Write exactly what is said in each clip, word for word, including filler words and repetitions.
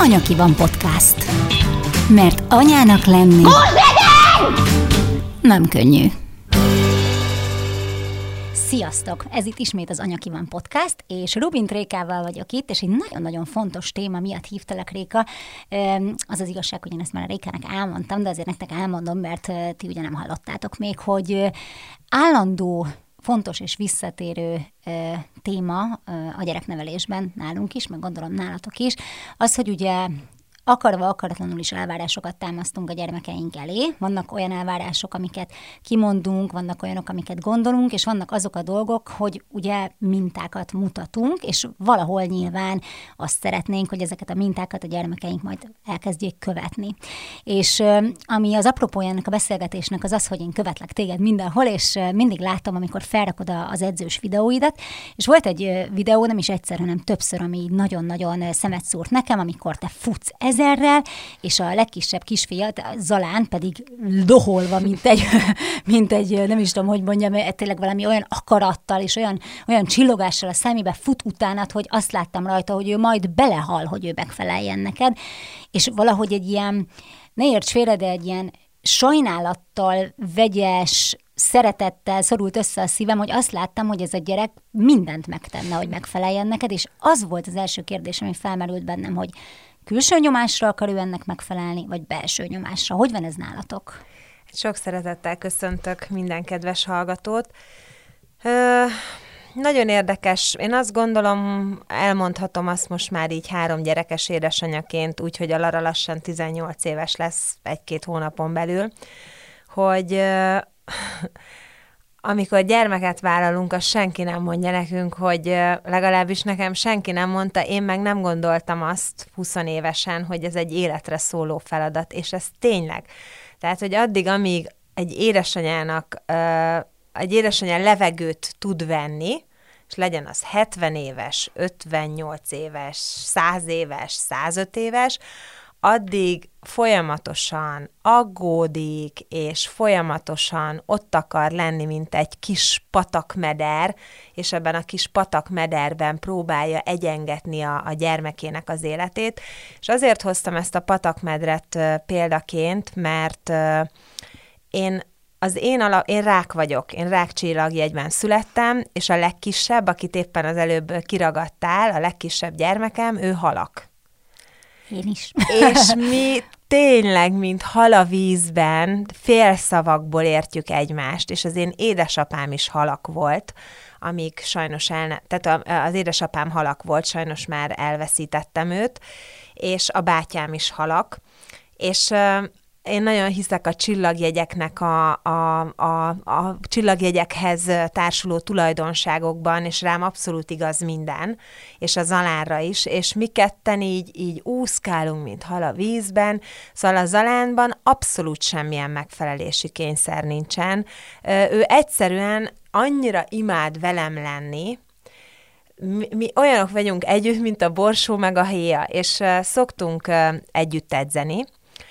Anyaki van podcast. Mert anyának lenni nem könnyű. Sziasztok! Ez itt ismét az Anyaki van podcast, és Rubint Rékával vagyok itt, és egy nagyon-nagyon fontos téma miatt hívtalak, Réka. Az az igazság, hogy én ezt már a Rékának elmondtam, de azért nektek elmondom, mert ti ugye nem hallottátok még, hogy állandó, fontos és visszatérő téma a gyereknevelésben nálunk is, meg gondolom nálatok is, az, hogy ugye akarva, akaratlanul is elvárásokat támasztunk a gyermekeink elé. Vannak olyan elvárások, amiket kimondunk, vannak olyanok, amiket gondolunk, és vannak azok a dolgok, hogy ugye mintákat mutatunk, és valahol nyilván azt szeretnénk, hogy ezeket a mintákat a gyermekeink majd elkezdjék követni. És ami az apropója ennek a beszélgetésnek az az, hogy én követlek téged mindenhol, és mindig látom, amikor felrakod az edzős videóidat, és volt egy videó, nem is egyszer, hanem többször, ami nagyon-nagyon szemet szúrt nekem, amikor te futsz ezerrel, és a legkisebb kisfia, Zalán pedig doholva, mint egy, mint egy, nem is tudom, hogy mondjam, tényleg valami olyan akarattal és olyan, olyan csillogással a szemébe fut utánad, hogy azt láttam rajta, hogy ő majd belehal, hogy ő megfeleljen neked, és valahogy egy ilyen, ne érts félre, de egy ilyen sajnálattal, vegyes, szeretettel szorult össze a szívem, hogy azt láttam, hogy ez a gyerek mindent megtenne, hogy megfeleljen neked, és az volt az első kérdés, ami felmerült bennem, hogy külső nyomásra akar ő ennek megfelelni, vagy belső nyomásra? Hogy van ez nálatok? Sok szeretettel köszöntök minden kedves hallgatót. Ö, nagyon érdekes. Én azt gondolom, elmondhatom azt most már így három gyerekes édesanyaként, úgyhogy a Lara lassan tizennyolc éves lesz egy-két hónapon belül, hogy ö, amikor gyermeket vállalunk, azt senki nem mondja nekünk, hogy legalábbis nekem senki nem mondta, én meg nem gondoltam azt húsz évesen, hogy ez egy életre szóló feladat, és ez tényleg. Tehát, hogy addig, amíg egy édesanyának, egy édesanyá levegőt tud venni, és legyen az hetven éves, ötvennyolc éves, száz éves, százöt éves, addig folyamatosan aggódik, és folyamatosan ott akar lenni, mint egy kis patakmeder, és ebben a kis patakmederben próbálja egyengetni a, a gyermekének az életét. És azért hoztam ezt a patakmedret uh, példaként, mert uh, én az én, ala, én rák vagyok, én rákcsillagjegyben születtem, és a legkisebb, akit éppen az előbb kiragadtál, a legkisebb gyermekem, ő halak. Én is. És mi tényleg, mint hal a vízben, félszavakból értjük egymást, és az én édesapám is halak volt, amíg sajnos el, tehát az édesapám halak volt, sajnos már elveszítettem őt, és a bátyám is halak, és én nagyon hiszek a csillagjegyeknek a, a, a, a csillagjegyekhez társuló tulajdonságokban, és rám abszolút igaz minden, és a Zalánra is, és mi ketten így, így úszkálunk, mint hal a vízben, szóval a Zalánban abszolút semmilyen megfelelési kényszer nincsen. Ő egyszerűen annyira imád velem lenni, mi, mi olyanok vagyunk együtt, mint a borsó meg a héja, és szoktunk együtt edzeni,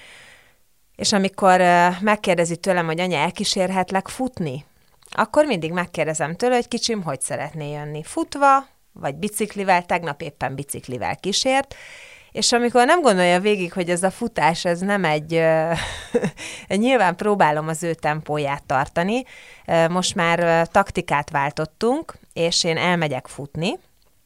és amikor uh, megkérdezi tőlem, hogy anya, elkísérhetlek futni, akkor mindig megkérdezem tőle, hogy kicsim, hogy szeretné jönni. Futva, vagy biciklivel, tegnap éppen biciklivel kísért, és amikor nem gondolja végig, hogy ez a futás, ez nem egy... Uh, nyilván próbálom az ő tempóját tartani. Uh, most már uh, taktikát váltottunk, és én elmegyek futni,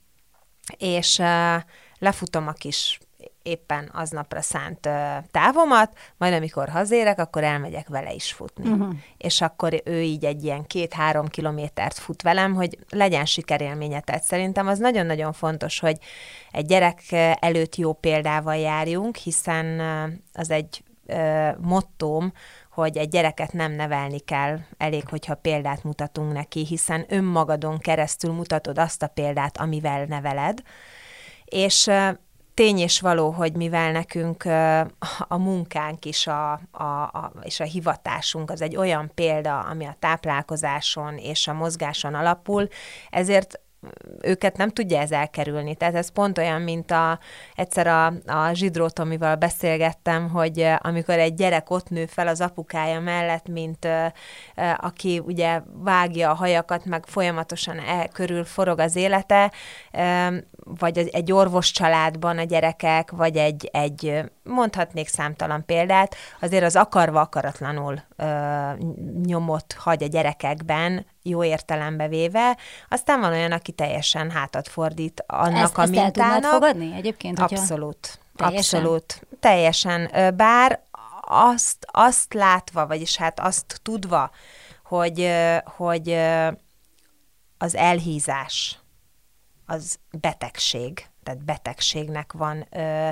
és uh, lefutom a kis éppen aznapra szánt uh, távomat, majd amikor hazérek, akkor elmegyek vele is futni. Uh-huh. És akkor ő így egy ilyen két-három kilométert fut velem, hogy legyen sikerélménye. Tehát szerintem az nagyon-nagyon fontos, hogy egy gyerek előtt jó példával járjunk, hiszen uh, az egy uh, mottóm, hogy egy gyereket nem nevelni kell, elég, hogyha példát mutatunk neki, hiszen önmagadon keresztül mutatod azt a példát, amivel neveled. És uh, tény és való, hogy mivel nekünk a munkánk is a, a, a, és a hivatásunk az egy olyan példa, ami a táplálkozáson és a mozgáson alapul, ezért őket nem tudja ez elkerülni. Tehát ez pont olyan, mint a, egyszer a, a Zsidró Tomival beszélgettem, hogy amikor egy gyerek ott nő fel az apukája mellett, mint aki ugye vágja a hajakat, meg folyamatosan e körül forog az élete, vagy egy orvos családban a gyerekek, vagy egy, egy mondhatnék számtalan példát, azért az akarva akaratlanul ö, nyomot hagy a gyerekekben, jó értelembe véve. Aztán van olyan, aki teljesen hátat fordít annak ezt, a ezt mintának. Ezt el tudnád fogadni egyébként? Abszolút. Teljesen? Abszolút. Teljesen. Bár azt, azt látva, vagyis hát azt tudva, hogy, hogy az elhízás az betegség, tehát betegségnek van, ö,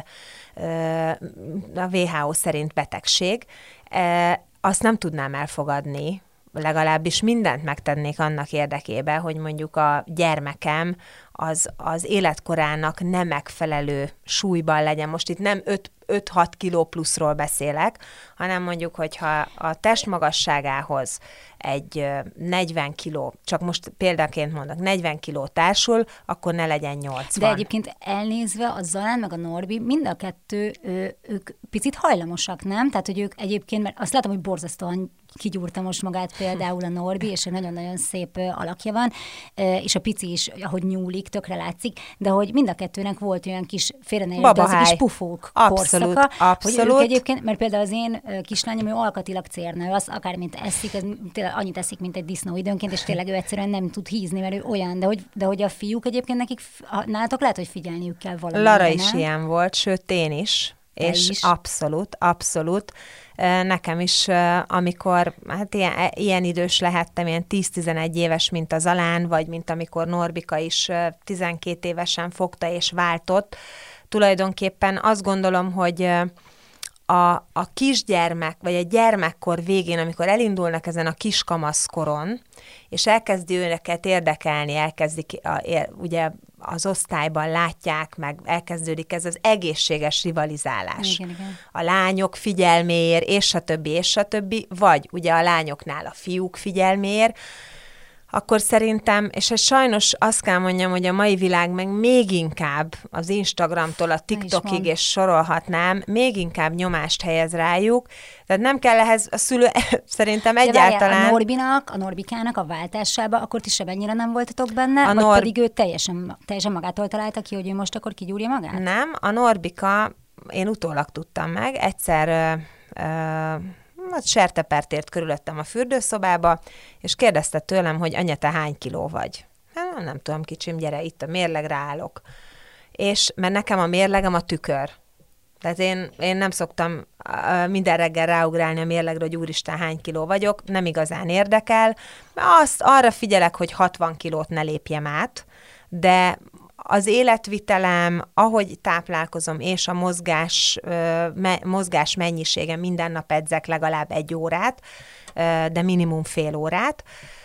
ö, a vé há ó szerint betegség, e, azt nem tudnám elfogadni, legalábbis mindent megtennék annak érdekében, hogy mondjuk a gyermekem az, az életkorának nem megfelelő súlyban legyen. Most itt nem öt-hat kiló pluszról beszélek, hanem mondjuk, hogyha a testmagasságához egy negyven kiló, csak most példaként mondok, negyven kiló társul, akkor ne legyen nyolcvan. De egyébként elnézve a Zalán meg a Norbi, mind a kettő, ő, ők picit hajlamosak, nem? Tehát, hogy ők egyébként, mert azt látom, hogy borzasztóan kigyúrta most magát például a Norbi, és egy nagyon-nagyon szép alakja van, és a pici is, ahogy nyúlik, tökre látszik, de hogy mind a kettőnek volt olyan kis félrenejött, de az kis pufók abszolút, korszaka, abszolút. hogy ők egyébként, mert például az én kislányom, ő alkatilag cérna, ő az akármint eszik, ez tényleg annyit eszik, mint egy disznó időnként, és tényleg ő egyszerűen nem tud hízni, mert ő olyan, de hogy, de hogy a fiúk egyébként nekik, nálatok lehet, hogy figyelniük kell valamire. Lara is nem? Ilyen volt, sőt én is. Te és is. abszolút, abszolút. Nekem is, amikor hát ilyen, ilyen idős lehettem, ilyen tíz-tizenegy éves, mint az Zalán, vagy mint amikor Norbika is tizenkét évesen fogta és váltott, tulajdonképpen azt gondolom, hogy a, a kisgyermek, vagy a gyermekkor végén, amikor elindulnak ezen a kiskamaszkoron, és elkezdi őket érdekelni, elkezdik, a, ugye az osztályban látják, meg elkezdődik ez az egészséges rivalizálás. Igen, igen. A lányok figyelméért, és a többi, és a többi, vagy ugye a lányoknál a fiúk figyelméért, akkor szerintem, és ez sajnos azt kell mondjam, hogy a mai világ meg még inkább az Instagramtól a TikTokig, és sorolhatnám, még inkább nyomást helyez rájuk. Tehát nem kell ehhez a szülő, szerintem de egyáltalán... Várjál, a Norbinak, a Norbikának a váltásába, akkor ti sem ennyire nem voltatok benne, a vagy Nor... pedig ő teljesen, teljesen magától találta ki, hogy ő most akkor kigyúrja magát? Nem, a Norbika, én utólag tudtam meg, egyszer... Ö, ö, sertepertért körülöttem a fürdőszobába, és kérdezte tőlem, hogy anya, te hány kiló vagy? Hát, nem tudom, kicsim, gyere, itt a mérlegre állok. És mert nekem a mérlegem a tükör. Tehát én, én nem szoktam minden reggel ráugrálni a mérlegre, hogy úristen, hány kiló vagyok, nem igazán érdekel. Azt arra figyelek, hogy hatvan kilót ne lépjem át, de az életvitelem, ahogy táplálkozom, és a mozgás, me, mozgás mennyisége, minden nap edzek legalább egy órát, de minimum fél órát,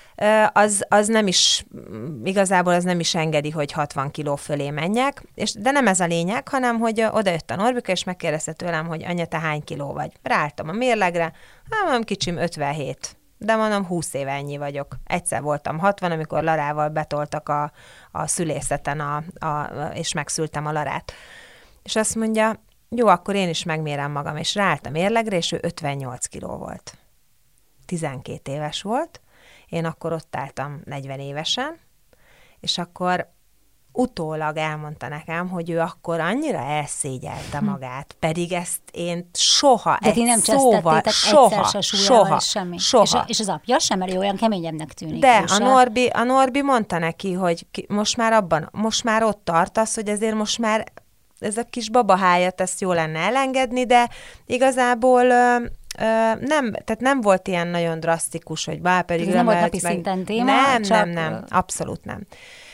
az, az nem is, igazából az nem is engedi, hogy hatvan kiló fölé menjek, és, de nem ez a lényeg, hanem, hogy odajött a Norbika, és megkérdezte tőlem, hogy anya, te hány kiló vagy? Ráálltam a mérlegre, hát mondom, kicsim ötvenhét. De mondom, húsz éve ennyi vagyok. Egyszer voltam hatvan, amikor Larával betoltak a, a szülészeten, a, a, és megszültem a Larát. És azt mondja, jó, akkor én is megmérem magam, és ráálltam mérlegre, és ő ötvennyolc kiló volt. tizenkét éves volt, én akkor ott álltam negyven évesen, és akkor utólag elmondta nekem, hogy ő akkor annyira elszégyelte magát, pedig ezt én soha, de egy ti nem szóval, soha, egyszer se soha, semmi. soha. És, a, és az apja sem, mert olyan keményebbnek tűnik. De a Norbi, a Norbi mondta neki, hogy ki, most már abban, most már ott tartasz, hogy ezért most már ez a kis babahájat, ezt jó lenne elengedni, de igazából... Ö, Ö, nem, tehát nem volt ilyen nagyon drasztikus, hogy bár pedig... Ez nem volt napi meg... szinten téma? Nem, csak... nem, nem, abszolút nem.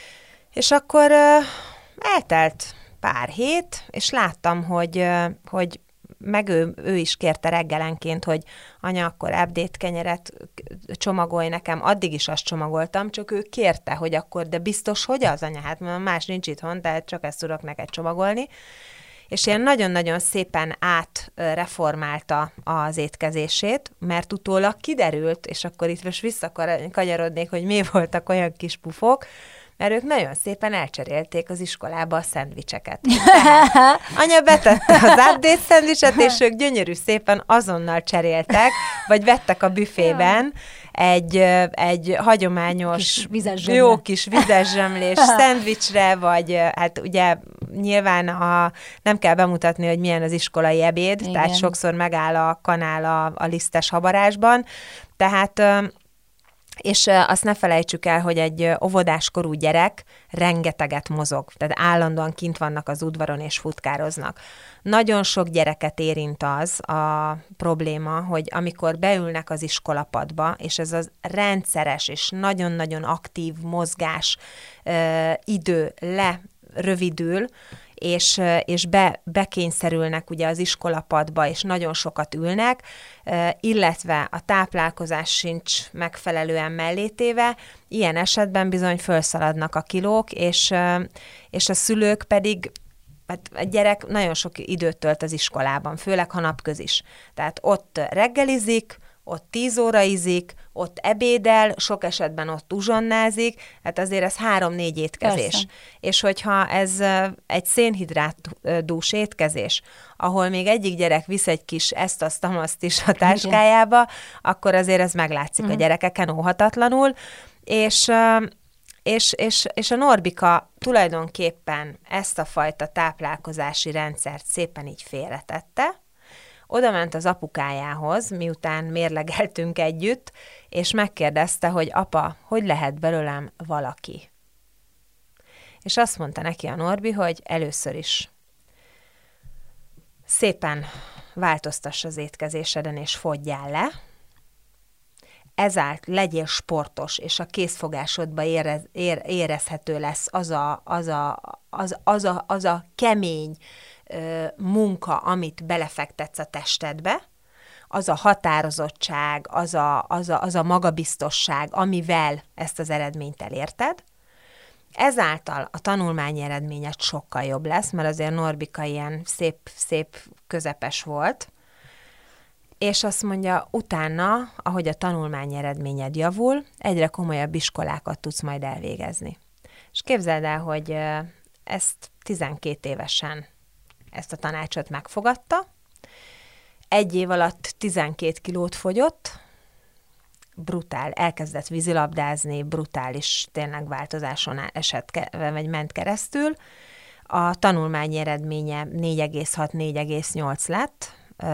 És akkor ö, eltelt pár hét, és láttam, hogy, ö, hogy meg ő, ő is kérte reggelenként, hogy anya, akkor update kenyeret csomagolj nekem. Addig is azt csomagoltam, csak ő kérte, hogy akkor, de biztos, hogy az anya? Hát más nincs itthon, tehát csak ezt tudok neked csomagolni. És ilyen nagyon-nagyon szépen átreformálta az étkezését, mert utólag kiderült, és akkor itt most visszakanyarodnék, hogy mi voltak olyan kis pufok, mert ők nagyon szépen elcserélték az iskolába a szendvicseket. Tehát anya betette az update szendvicset, és ők gyönyörű szépen azonnal cseréltek, vagy vettek a büfében egy, egy hagyományos, kis jó kis vizes zsemlés szendvicsre, vagy hát ugye nyilván a, nem kell bemutatni, hogy milyen az iskolai ebéd, igen. Tehát sokszor megáll a kanál a, a lisztes habarásban, tehát és azt ne felejtsük el, hogy egy óvodáskorú gyerek rengeteget mozog, tehát állandóan kint vannak az udvaron és futkároznak. Nagyon sok gyereket érint az a probléma, hogy amikor beülnek az iskolapadba, és ez az rendszeres és nagyon-nagyon aktív mozgás ö, idő lerövidül, és, és be, bekényszerülnek ugye az iskolapadba, és nagyon sokat ülnek, illetve a táplálkozás sincs megfelelően mellétéve, ilyen esetben bizony fölszaladnak a kilók, és, és a szülők pedig, hát a gyerek nagyon sok időt tölt az iskolában, főleg ha napközis. Tehát ott reggelizik, ott tíz óra izik, ott ebédel, sok esetben ott uzsonnázik, hát azért ez három-négy étkezés. Persze. És hogyha ez egy szénhidrátdús étkezés, ahol még egyik gyerek visz egy kis ezt-azt, amazt is a táskájába, akkor azért ez meglátszik uh-huh. a gyerekeken óhatatlanul, és, és, és, és a Norbika tulajdonképpen ezt a fajta táplálkozási rendszert szépen így félretette, oda ment az apukájához, miután mérlegeltünk együtt, és megkérdezte, hogy apa, hogy lehet belőlem valaki? És azt mondta neki a Norbi, hogy először is szépen változtass az étkezéseden, és fogyjál le, ezáltal legyél sportos, és a készfogásodban érez, ér, érezhető lesz az a, az a, az, az a, az a kemény munka, amit belefektetsz a testedbe, az a határozottság, az a, az, a, az a magabiztosság, amivel ezt az eredményt elérted. Ezáltal a tanulmányi eredményed sokkal jobb lesz, mert azért Norbika ilyen szép, szép közepes volt, és azt mondja, utána, ahogy a tanulmányi eredményed javul, egyre komolyabb iskolákat tudsz majd elvégezni. És képzeld el, hogy ezt tizenkét évesen ezt a tanácsot megfogadta. Egy év alatt tizenkét kilót fogyott, brutál, elkezdett vízilabdázni, brutális tényleg változáson esett, vagy ment keresztül. A tanulmányi eredménye négy egész hat négy egész nyolc lett,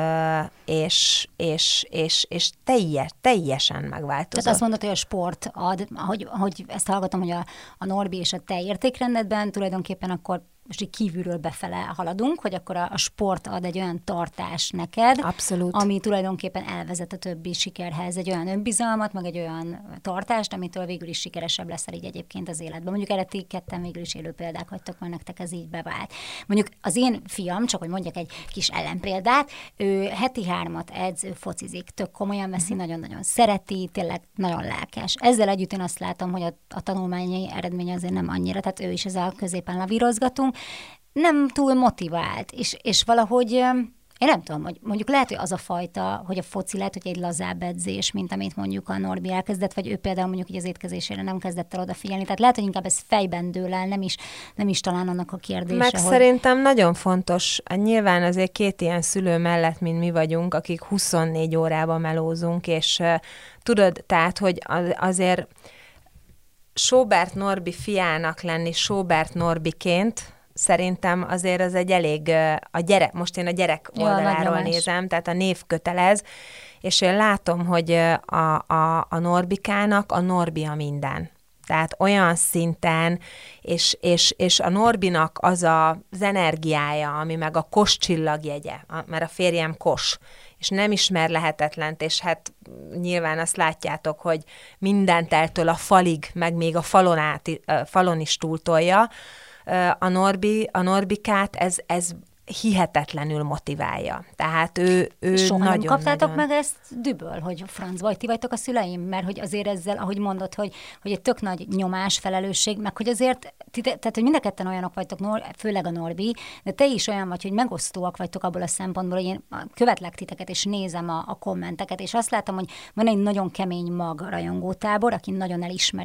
és, és, és, és teljes, teljesen megváltozott. Tehát azt mondod, hogy a sport ad, ahogy, ahogy ezt hallgatom, hogy a, a Norbi és a te értékrendedben tulajdonképpen akkor most így kívülről befele haladunk, hogy akkor a, a sport ad egy olyan tartás neked, abszolút, ami tulajdonképpen elvezet a többi sikerhez, egy olyan önbizalmat, meg egy olyan tartást, amitől végül is sikeresebb leszel így egyébként az életben. Mondjuk erre ti ketten végül is élő példák vagytok, mert nektek ez így bevált. Mondjuk az én fiam, csak hogy mondjak egy kis ellenpéldát, ő heti hármat edz, ő focizik, tök komolyan veszi, uh-huh. nagyon-nagyon szereti, tényleg nagyon lelkes. Ezzel együtt én azt látom, hogy a, a tanulmányi eredmény azért nem annyira, tehát ő is ezzel középen lavírozgatunk, nem túl motivált, és, és valahogy, én nem tudom, hogy mondjuk lehet, hogy az a fajta, hogy a foci lehet, hogy egy lazább edzés, mint amit mondjuk a Norbi elkezdett, vagy ő például mondjuk így az étkezésére nem kezdett el odafigyelni. Tehát lehet, hogy inkább ez fejben dől el, nem is, nem is talán annak a kérdése. Meg hogy... szerintem nagyon fontos, nyilván azért két ilyen szülő mellett, mint mi vagyunk, akik huszonnégy órában melózunk, és uh, tudod, tehát, hogy azért Sóbert Norbi fiának lenni Sóbert Norbiként, szerintem azért az egy elég, a gyerek, most én a gyerek oldaláról nézem, tehát a név kötelez, és én látom, hogy a, a, a Norbikának a Norbi a minden. Tehát olyan szinten, és, és, és a Norbinak az a, az energiája, ami meg a Kos csillagjegye, mert a férjem Kos, és nem ismer lehetetlent, és hát nyilván azt látjátok, hogy mindent eltől a falig, meg még a falon, át, falon is túltolja. A Norbi, a Norbikát ez, ez hihetetlenül motiválja. Tehát ő, ő soha nagyon, nem kaptátok nagyon... meg ezt düböl, hogy francba, vagy ti vagytok a szüleim? Mert hogy azért ezzel, ahogy mondod, hogy, hogy egy tök nagy nyomás, felelősség, meg hogy azért, ti, tehát hogy mind a ketten olyanok vagytok, főleg a Norbi, de te is olyan vagy, hogy megosztóak vagytok abból a szempontból, hogy én követlek titeket, és nézem a, a kommenteket, és azt látom, hogy van egy nagyon kemény mag rajongótábor, aki nagyon elismeri, hogy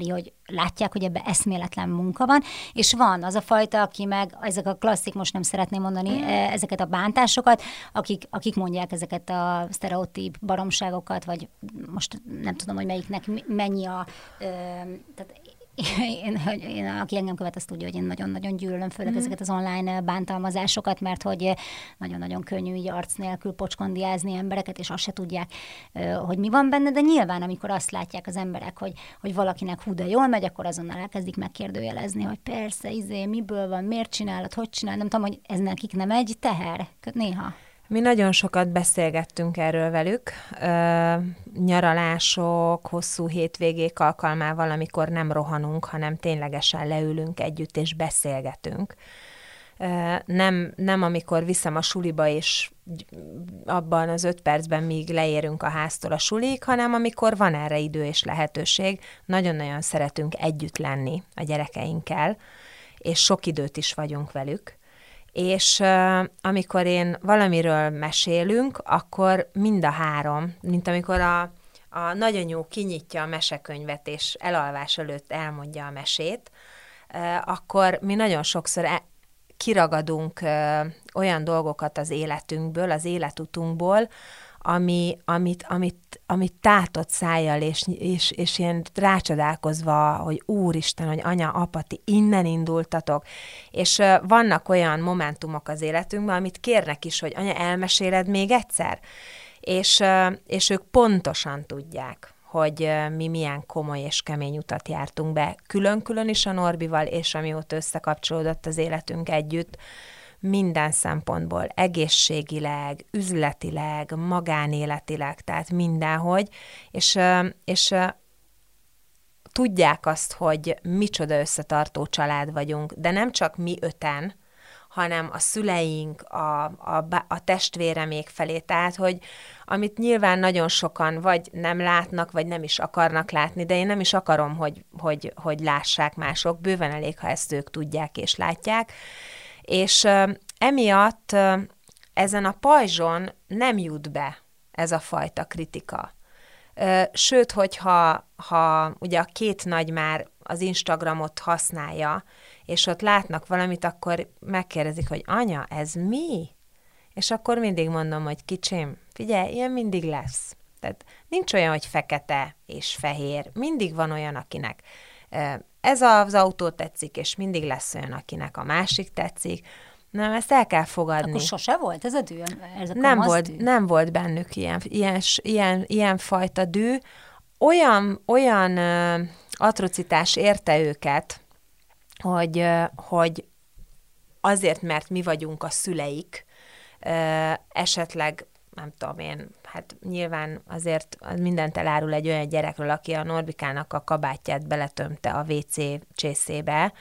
látják, hogy ebbe eszméletlen munka van, és van az a fajta, aki meg, ezek a klasszik, most nem szeretném mondani mm. ezeket a bántásokat, akik, akik mondják ezeket a sztereotíp baromságokat, vagy most nem tudom, hogy melyiknek mennyi a... Ö, tehát Én, én, aki engem követ, azt tudja, hogy én nagyon-nagyon gyűlölöm, főleg mm. ezeket az online bántalmazásokat, mert hogy nagyon-nagyon könnyű így arc nélkül pocskondiázni embereket, és azt se tudják, hogy mi van benne, de nyilván, amikor azt látják az emberek, hogy, hogy valakinek hú, de jól megy, akkor azonnal elkezdik megkérdőjelezni, hogy persze, izé, miből van, miért csinálod, hogy csinálod, nem tudom, hogy ez nekik nem egy teher, néha. Mi nagyon sokat beszélgettünk erről velük, Ö, nyaralások, hosszú hétvégék alkalmával, amikor nem rohanunk, hanem ténylegesen leülünk együtt és beszélgetünk. Ö, nem, nem amikor viszem a suliba, és abban az öt percben míg leérünk a háztól a sulig, hanem amikor van erre idő és lehetőség. Nagyon-nagyon szeretünk együtt lenni a gyerekeinkkel, és sok időt is vagyunk velük. És uh, amikor én valamiről mesélünk, akkor mind a három, mint amikor a, a nagyanyú kinyitja a mesekönyvet, és elalvás előtt elmondja a mesét, uh, akkor mi nagyon sokszor e- kiragadunk uh, olyan dolgokat az életünkből, az életutunkból, ami, amit, amit, amit tátott szájjal, és, és, és ilyen rácsodálkozva, hogy úristen, hogy anya, apa, ti innen indultatok. És uh, vannak olyan momentumok az életünkben, amit kérnek is, hogy anya, elmeséled még egyszer? És, uh, és ők pontosan tudják, hogy uh, mi milyen komoly és kemény utat jártunk be, külön-külön is a Norbival, és amióta összekapcsolódott az életünk együtt, minden szempontból, egészségileg, üzletileg, magánéletileg, tehát mindenhogy, és, és tudják azt, hogy micsoda összetartó család vagyunk, de nem csak mi öten, hanem a szüleink, a, a, a testvéremék felé, tehát, hogy amit nyilván nagyon sokan vagy nem látnak, vagy nem is akarnak látni, de én nem is akarom, hogy, hogy, hogy lássák mások, bőven elég, ha ezt ők tudják és látják, és uh, emiatt uh, ezen a pajzson nem jut be ez a fajta kritika. Uh, sőt, hogyha ha ugye a két nagy már az Instagramot használja, és ott látnak valamit, akkor megkérdezik, hogy anya, ez mi? És akkor mindig mondom, hogy kicsim, figyelj, ilyen mindig lesz. Tehát nincs olyan, hogy fekete és fehér. Mindig van olyan, akinek uh, ez az autó tetszik, és mindig lesz olyan, akinek a másik tetszik. Nem, ezt el kell fogadni. Akkor sose volt ez a dű? Ez a nem, volt, dű? nem volt bennük ilyen, ilyen, ilyen, ilyen fajta dű. Olyan, olyan uh, atrocitás érte őket, hogy, uh, hogy azért, mert mi vagyunk a szüleik, uh, esetleg nem tudom én, hát nyilván azért mindent elárul egy olyan gyerekről, aki a Norbikának a kabátját beletömte a vé cé csészébe,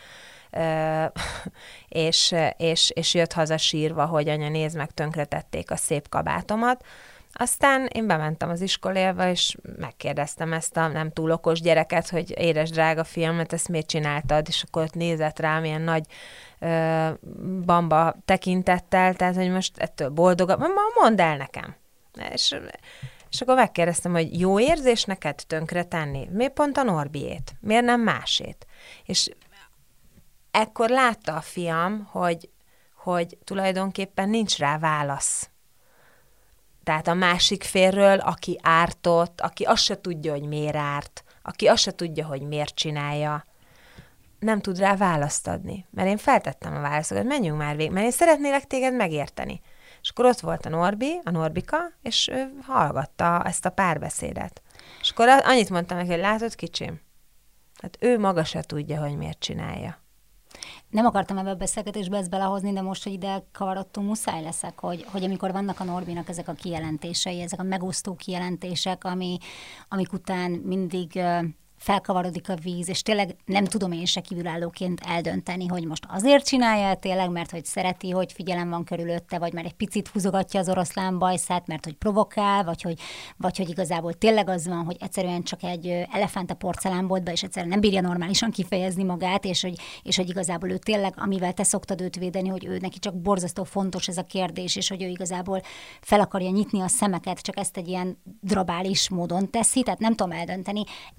és, és, és jött haza sírva, hogy anya, nézd meg, tönkretették a szép kabátomat. Aztán én bementem az iskolába, és megkérdeztem ezt a nem túl okos gyereket, hogy édes drága fiamat, ezt miért csináltad? És akkor ott nézett rám ilyen nagy ö, bamba tekintettel, tehát, hogy most ettől boldogabb. Mondd el nekem. És, és akkor megkérdeztem, hogy jó érzés neked tönkre tenni? Miért pont a Norbiét? Miért nem másét? És ekkor látta a fiam, hogy, hogy tulajdonképpen nincs rá válasz. Tehát a másik félről, aki ártott, aki azt se tudja, hogy miért árt, aki azt se tudja, hogy miért csinálja, nem tud rá választ adni. Mert én feltettem a válaszokat, menjünk már végig, mert én szeretnélek téged megérteni. És akkor ott volt a Norbi, a Norbika, és ő hallgatta ezt a párbeszédet. És akkor annyit mondtam neki, hogy látod, kicsim? Hát ő maga se tudja, hogy miért csinálja. Nem akartam ebbe a beszélgetésbe ezt belehozni, de most, hogy ide kavarodtunk, muszáj leszek, hogy, hogy amikor vannak a Norbinak ezek a kijelentései, ezek a megosztó kijelentések, ami, amik után mindig uh, felkavarodik a víz, és tényleg nem tudom én se kívülállóként eldönteni, hogy most azért csinálja tényleg, mert hogy szereti, hogy figyelem van körülötte, vagy mert egy picit húzogatja az oroszlán bajszát, mert hogy provokál, vagy hogy, vagy hogy igazából tényleg az van, hogy egyszerűen csak egy elefánt a porcelánboltba, és egyszerűen nem bírja normálisan kifejezni magát, és hogy, és hogy igazából ő tényleg, amivel te szoktad őt védeni, hogy ő neki csak borzasztó fontos ez a kérdés, és hogy ő igazából fel akarja nyitni a szemeket, csak ezt egy ilyen drabális módon teszi, tehát nem tudom eldönteni. Ezek miatt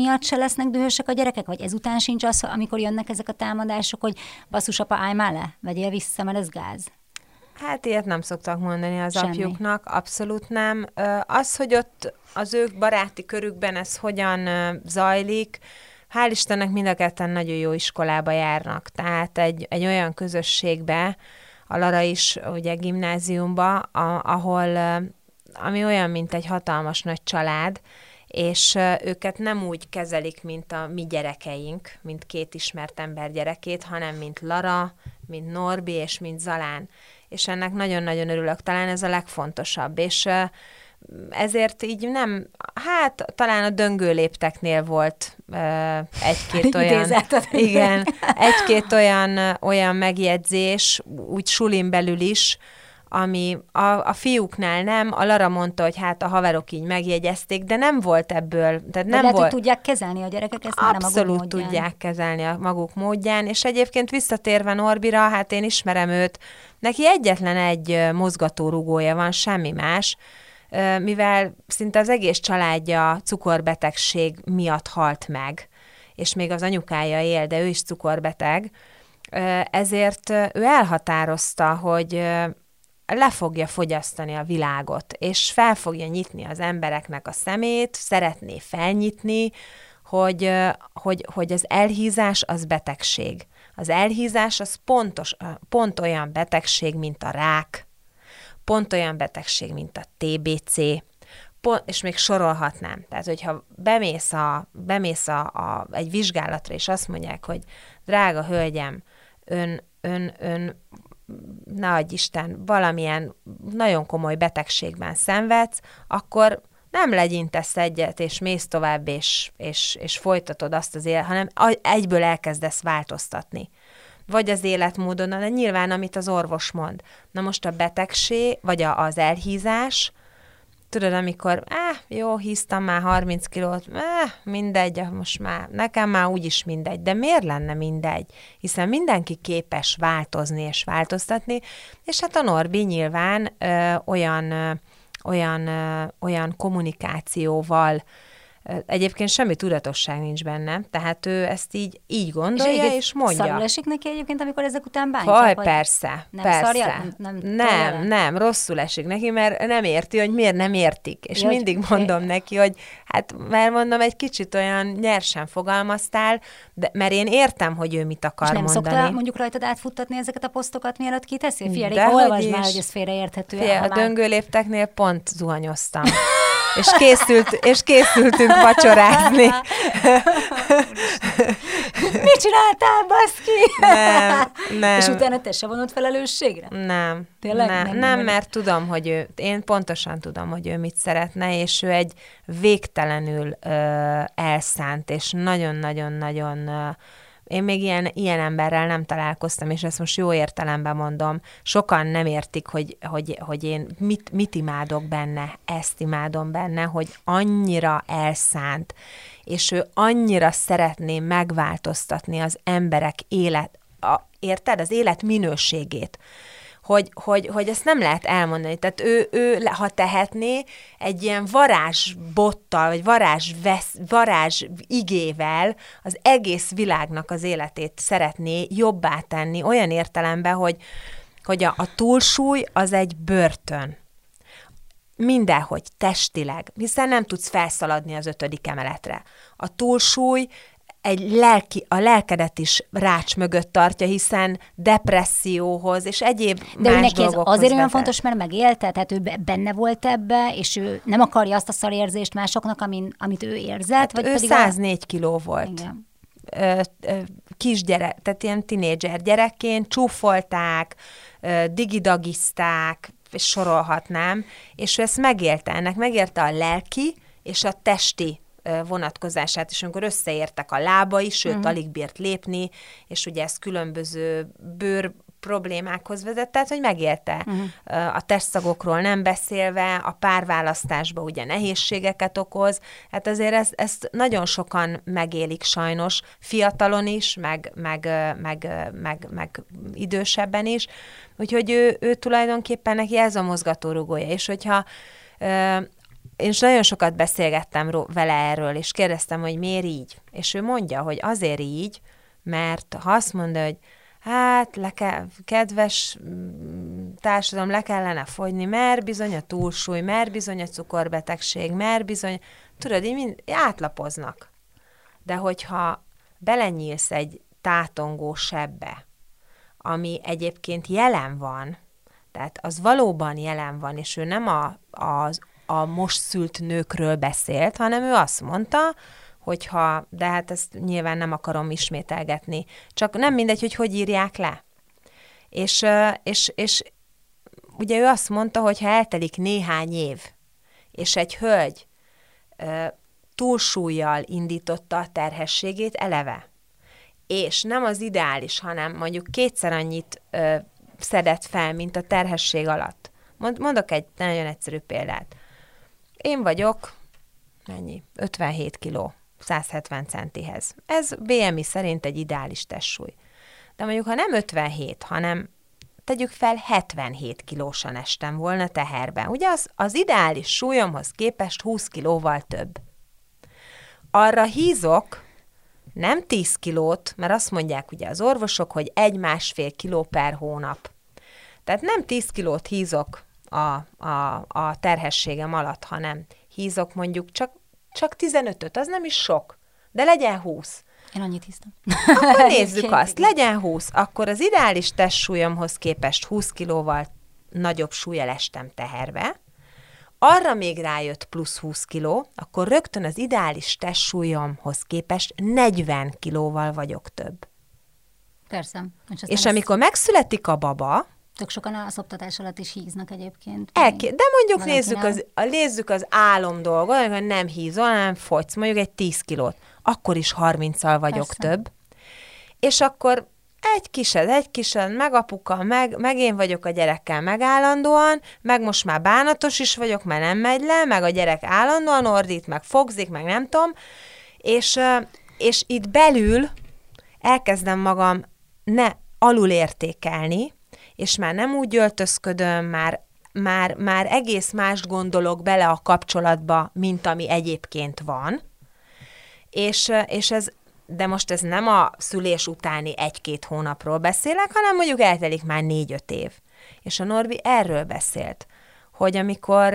miatt se lesznek dühösek a gyerekek? Vagy ezután sincs az, amikor jönnek ezek a támadások, hogy basszus apa, állj már le, vegyél vissza, mert ez gáz? Hát ilyet nem szoktak mondani az Semmi. apjuknak, abszolút nem. Az, hogy ott az ők baráti körükben ez hogyan zajlik, hál' Istennek mind a ketten nagyon jó iskolába járnak. Tehát egy, egy olyan közösségbe, a Lara is ugye gimnáziumba, a, ahol ami olyan, mint egy hatalmas nagy család, és őket nem úgy kezelik, mint a mi gyerekeink, mint két ismert ember gyerekét, hanem mint Lara, mint Norbi és mint Zalán. És ennek nagyon-nagyon örülök, talán ez a legfontosabb, és ezért így nem, hát talán a döngőlépteknél volt uh, egy-két olyan, igen, egy-két olyan, olyan megjegyzés, úgy sulin belül is, ami a, a fiúknál nem, a Lara mondta, hogy hát a haverok így megjegyezték, de nem volt ebből. Tehát nem lehet, volt. hogy tudják kezelni a gyerekek ezt már a maguk Abszolút módján. tudják kezelni a maguk módján, és egyébként visszatérve Norbira, hát én ismerem őt, neki egyetlen egy mozgatórugója van, semmi más, mivel szinte az egész családja cukorbetegség miatt halt meg, és még az anyukája él, de ő is cukorbeteg, ezért ő elhatározta, hogy le fogja fogyasztani a világot, és fel fogja nyitni az embereknek a szemét, szeretné felnyitni, hogy, hogy, hogy az elhízás az betegség. Az elhízás az pontos, pont olyan betegség, mint a rák, pont olyan betegség, mint a té bé cé, pont, és még sorolhatnám. Tehát, hogyha bemész, a, bemész a, a, egy vizsgálatra, és azt mondják, hogy drága hölgyem, ön, ön, ön ne adj Isten, valamilyen nagyon komoly betegségben szenvedsz, akkor nem legyintesz egyet, és mész tovább, és, és, és folytatod azt az élet, hanem egyből elkezdesz változtatni. Vagy az életmódon, de nyilván, amit az orvos mond. Na most a betegség, vagy a, az elhízás, tudod, amikor, eh, jó, híztam már harminc kilót, eh, mindegy, most már, nekem már úgyis mindegy, de miért lenne mindegy? Hiszen mindenki képes változni és változtatni, és hát a Norbi nyilván ö, olyan, ö, olyan, ö, olyan kommunikációval, egyébként semmi tudatosság nincs benne, tehát ő ezt így, így gondolja, és, és mondja. Szarul esik neki egyébként, amikor ezek után bántják? Faj, persze, nem persze. Szarja, nem, nem, nem, nem, rosszul esik neki, mert nem érti, hogy miért nem értik. És Jó, mindig hogy... mondom neki, hogy hát, mert mondom, egy kicsit olyan nyersen fogalmaztál, de, mert én értem, hogy ő mit akar és nem mondani. szokta mondjuk rajtad átfuttatni ezeket a posztokat, mielőtt kiteszi? Figyelj, hogy olvasd is. már, hogy ez félreérthető. Figyelj, a döngőlépteknél pont zuhanyoztam. És, készült, és készültünk vacsorázni. Mit csináltál, baszki? Nem, nem. És utána te se vonod felelősségre? Nem. Tényleg? Nem, Nem, nem, nem, mert tudom, hogy ő, én pontosan tudom, hogy ő mit szeretne, és ő egy végtelenül ö, elszánt, és nagyon-nagyon-nagyon ö, én még ilyen, ilyen emberrel nem találkoztam, és ezt most jó értelemben mondom. Sokan nem értik, hogy, hogy, hogy én mit, mit imádok benne, ezt imádom benne, hogy annyira elszánt, és ő annyira szeretné megváltoztatni az emberek élet, a, érted? Az élet minőségét. Hogy, hogy, hogy ezt nem lehet elmondani. Tehát ő, ő, ha tehetné, egy ilyen varázsbottal, vagy varázs, vesz, varázs igével az egész világnak az életét szeretné jobbá tenni, olyan értelemben, hogy, hogy a, a túlsúly az egy börtön. Mindenhogy, testileg, hiszen nem tudsz felszaladni az ötödik emeletre. A túlsúly egy lelki, a lelkedet is rács mögött tartja, hiszen depresszióhoz és egyéb de más neki ez dolgokhoz azért olyan vezet. fontos, mert megélte, tehát ő benne volt ebbe, és ő nem akarja azt a szarérzést másoknak, amin, amit ő érzett. Hát vagy ő pedig száznégy a... kiló volt. Igen. Ö, ö, kisgyerek, tehát ilyen tinédzser gyerekként csúfolták, ö, digidagizták, és sorolhatnám, és ő ezt megélte. Ennek megélte a lelki és a testi vonatkozását, és amikor összeértek a lábai, sőt, uh-huh. alig bírt lépni, és ugye ez különböző bőr problémákhoz vezet, tehát, hogy megélte. Uh-huh. A testszagokról nem beszélve, a párválasztásban ugye nehézségeket okoz, hát azért ezt, ezt nagyon sokan megélik sajnos, fiatalon is, meg, meg, meg, meg, meg idősebben is, úgyhogy ő, ő tulajdonképpen neki ez a mozgatórugója, és hogyha én nagyon sokat beszélgettem vele erről, és kérdeztem, hogy miért így. És ő mondja, hogy azért így, mert ha azt mondja, hogy hát, le kell, kedves társadalom, le kellene fogyni, mert bizony a túlsúly, mert bizony a cukorbetegség, mert bizony, tudod, így mind átlapoznak. De hogyha belenyílsz egy tátongó sebbe, ami egyébként jelen van, tehát az valóban jelen van, és ő nem a, az, a most szült nőkről beszélt, hanem ő azt mondta, hogyha, de hát ezt nyilván nem akarom ismételgetni, csak nem mindegy, hogy hogy írják le. És, és, és ugye ő azt mondta, hogy ha eltelik néhány év, és egy hölgy túlsúllyal indította a terhességét eleve, és nem az ideális, hanem mondjuk kétszer annyit ö, szedett fel, mint a terhesség alatt. Mond, mondok egy nagyon egyszerű példát. Én vagyok, mennyi? ötvenhét kiló, száz hetven centihez. Ez bé em i szerint egy ideális testsúly. De mondjuk, ha nem ötvenhét, hanem tegyük fel hetvenhét kilósan estem volna teherben. Ugye az, az ideális súlyomhoz képest húsz kilóval több. Arra hízok nem tíz kilót, mert azt mondják ugye az orvosok, hogy egy-másfél kiló per hónap. Tehát nem tíz kilót hízok a, a, a terhességem alatt, hanem hízok mondjuk csak, csak tizenötöt, az nem is sok, de legyen húsz. Én annyit hiszem. Akkor nézzük azt, legyen húsz, akkor az ideális testsúlyomhoz képest húsz kilóval nagyobb súllyal estem teherbe, arra még rájött plusz húsz kiló, akkor rögtön az ideális testsúlyomhoz képest negyven kilóval vagyok több. Persze. És, és amikor megszületik a baba, tök sokan a szoptatás alatt is híznak egyébként. Elké- de mondjuk nézzük az, nézzük az álom dolgot, hogy nem hízol, hanem fogysz, mondjuk egy tíz kilót. Akkor is harminccal vagyok Persze. több. És akkor egy kised, egy kised, meg apuka, meg, meg én vagyok a gyerekkel megállandóan, meg most már bánatos is vagyok, mert nem megy le, meg a gyerek állandóan ordít, meg fogzik, meg nem tudom. És, és itt belül elkezdem magam ne alulértékelni, és már nem úgy öltözködöm, már, már, már egész mást gondolok bele a kapcsolatba, mint ami egyébként van. És, és ez, de most ez nem a szülés utáni egy-két hónapról beszélek, hanem mondjuk eltelik már négy-öt év. És a Norbi erről beszélt, hogy amikor,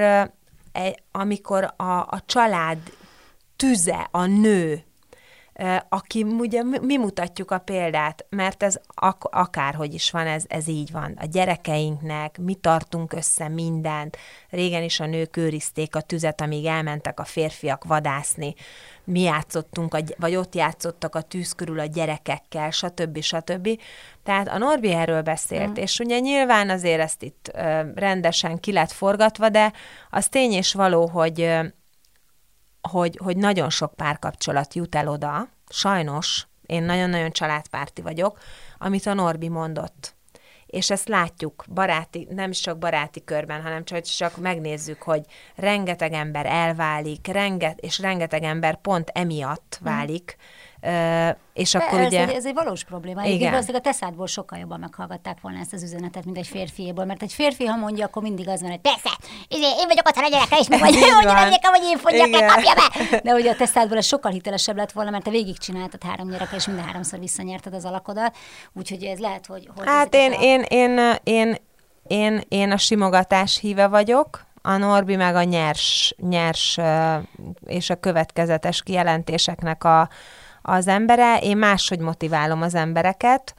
amikor a, a család tüze, a nő, aki ugye mi mutatjuk a példát, mert ez ak- akárhogy is van, ez, ez így van. A gyerekeinknek mi tartunk össze mindent. Régen is a nők őrizték a tüzet, amíg elmentek a férfiak vadászni. Mi játszottunk, a, vagy ott játszottak a tűz körül a gyerekekkel, stb. stb. Tehát a Norbi erről beszélt, mm. és ugye nyilván azért ezt itt ö, rendesen ki lett forgatva, de az tény és való, hogy ö, Hogy, hogy nagyon sok párkapcsolat jut el oda, sajnos, én nagyon-nagyon családpárti vagyok, amit a Norbi mondott. És ezt látjuk baráti, nem is csak baráti körben, hanem csak, csak megnézzük, hogy rengeteg ember elválik, renget, és rengeteg ember pont emiatt válik, Uh, és akkor ez, ugye... Egy, ez egy valós probléma. Igen. Valószínűleg a Teszádból sokkal jobban meghallgatták volna ezt az üzenetet, mint egy férfiéból, mert egy férfi, ha mondja, akkor mindig az van, hogy persze, én vagyok otthon a gyerekkel, és meg vagy, mondja nem nekem, hogy én fogyjak, meg kapja be. De ugye a Teszádból ez sokkal hitelesebb lett volna, mert te végigcsináltad három gyerekkel, és minden háromszor visszanyerted az alakodat, úgyhogy ez lehet, hogy... hogy hát én, a... én, én, én, én, én a simogatás híve vagyok, a Norbi meg a nyers, nyers és a következetes kijelentéseknek a az embere, én máshogy motiválom az embereket,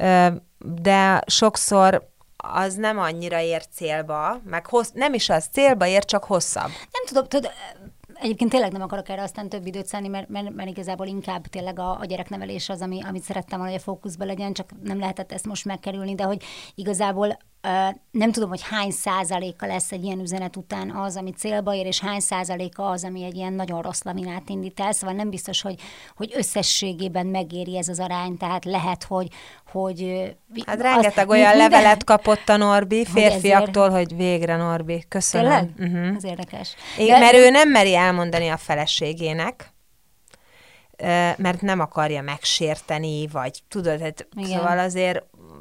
de sokszor az nem annyira ér célba, meg hossz, nem is az célba ér, csak hosszabb. Nem tudom, tudod, egyébként tényleg nem akarok erre aztán több időt szállni, mert, mert, mert igazából inkább tényleg a, a gyereknevelés az, ami, amit szerettem volna, hogy a fókuszban legyen, csak nem lehetett ezt most megkerülni, de hogy igazából Uh, nem tudom, hogy hány százaléka lesz egy ilyen üzenet után az, ami célba ér, és hány százaléka az, ami egy ilyen nagyon rossz laminát indít el, szóval nem biztos, hogy, hogy összességében megéri ez az arány, tehát lehet, hogy... hogy hát rengeteg olyan minden... levelet kapott a Norbi férfiaktól, hogy, ezért... hogy végre Norbi, köszönöm. Tényleg? Uh-huh. Ez érdekes. De... Mert ő nem meri elmondani a feleségének, mert nem akarja megsérteni, vagy tudod, hát, szóval azért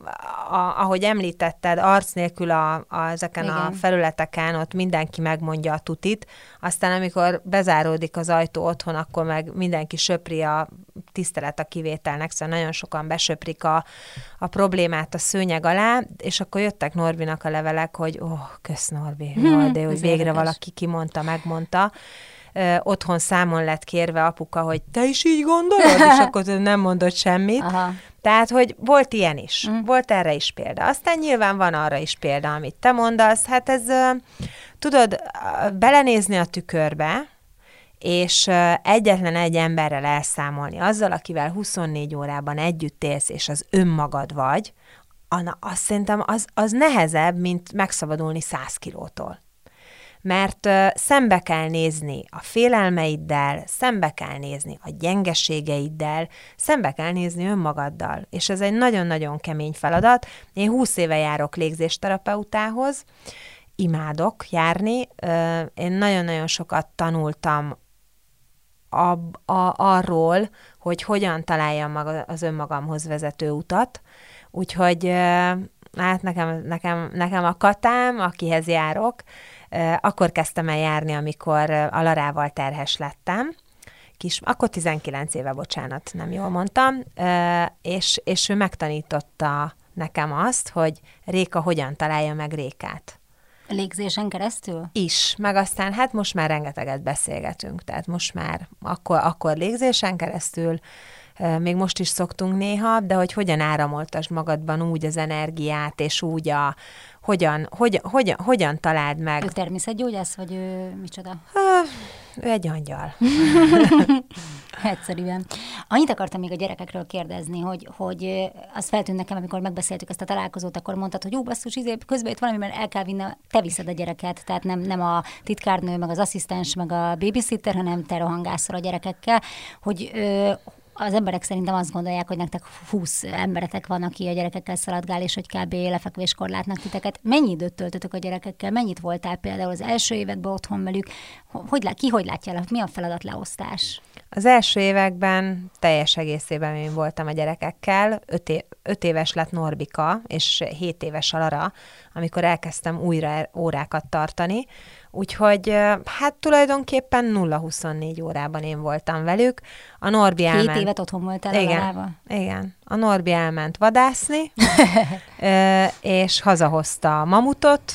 a, ahogy említetted, arc nélkül a, a, ezeken Igen. a felületeken ott mindenki megmondja a tutit, aztán amikor bezáródik az ajtó otthon, akkor meg mindenki söpri a tisztelet a kivételnek, szóval nagyon sokan besöprik a, a problémát a szőnyeg alá, és akkor jöttek Norbinak a levelek, hogy ó, oh, kösz Norbi, hmm, de hogy végre érdekes. Valaki kimondta, megmondta. Ö, otthon számon lett kérve apuka, hogy te is így gondolod, és akkor nem mondott semmit. Aha. Tehát, hogy volt ilyen is. Mm. Volt erre is példa. Aztán nyilván van arra is példa, amit te mondasz. Hát ez, tudod, belenézni a tükörbe, és egyetlen egy emberrel elszámolni, azzal, akivel huszonnégy órában együtt élsz, és az önmagad vagy, Anna, azt szerintem az, az nehezebb, mint megszabadulni száz kilótól. Mert uh, szembe kell nézni a félelmeiddel, szembe kell nézni a gyengeségeiddel, szembe kell nézni önmagaddal. És ez egy nagyon-nagyon kemény feladat. Én húsz éve járok légzésterapeutához, imádok járni. Uh, én nagyon-nagyon sokat tanultam a, a, arról, hogy hogyan találjam maga, az önmagamhoz vezető utat. Úgyhogy uh, hát nekem, nekem, nekem a Katám, akihez járok, akkor kezdtem el járni, amikor a Larával terhes lettem. Kis, akkor tizenkilenc éve, bocsánat, nem jól mondtam, és, és ő megtanította nekem azt, hogy Réka hogyan találja meg Rékát. Légzésen keresztül? Is, meg aztán hát most már rengeteget beszélgetünk, tehát most már akkor, akkor légzésen keresztül, még most is szoktunk néha, de hogy hogyan áramoltasd magadban úgy az energiát, és úgy a hogyan, hogyan, hogyan, hogyan találd meg. Ő természetgyógyász, vagy ő micsoda? Ő egy angyal. Egyszerűen. Annyit akartam még a gyerekekről kérdezni, hogy, hogy az feltűnt nekem, amikor megbeszéltük ezt a találkozót, akkor mondtad, hogy jó, basszus, izé, közben itt valami, mert el kell vinni, te viszed a gyereket, tehát nem, nem a titkárnő, meg az asszisztens, meg a babysitter, hanem te rohangászol a gyerekekkel, hogy ö, az emberek szerintem azt gondolják, hogy nektek húsz emberetek van, aki a gyerekekkel szaladgál, és hogy kb. Lefekvéskor látnak titeket. Mennyi időt töltötök a gyerekekkel? Mennyit voltál például az első években otthon velük? Hogy, ki hogy látja le? Mi a feladatleosztás? Az első években teljes egészében én voltam a gyerekekkel. Öt, é- öt éves lett Norbika, és hét éves a Lara, amikor elkezdtem újra órákat tartani. Úgyhogy hát tulajdonképpen nulla huszonnégy órában én voltam velük. A Norbi elment... Hét évet otthon voltál a igen, Larával? Igen. A Norbi elment vadászni, és hazahozta a mamutot.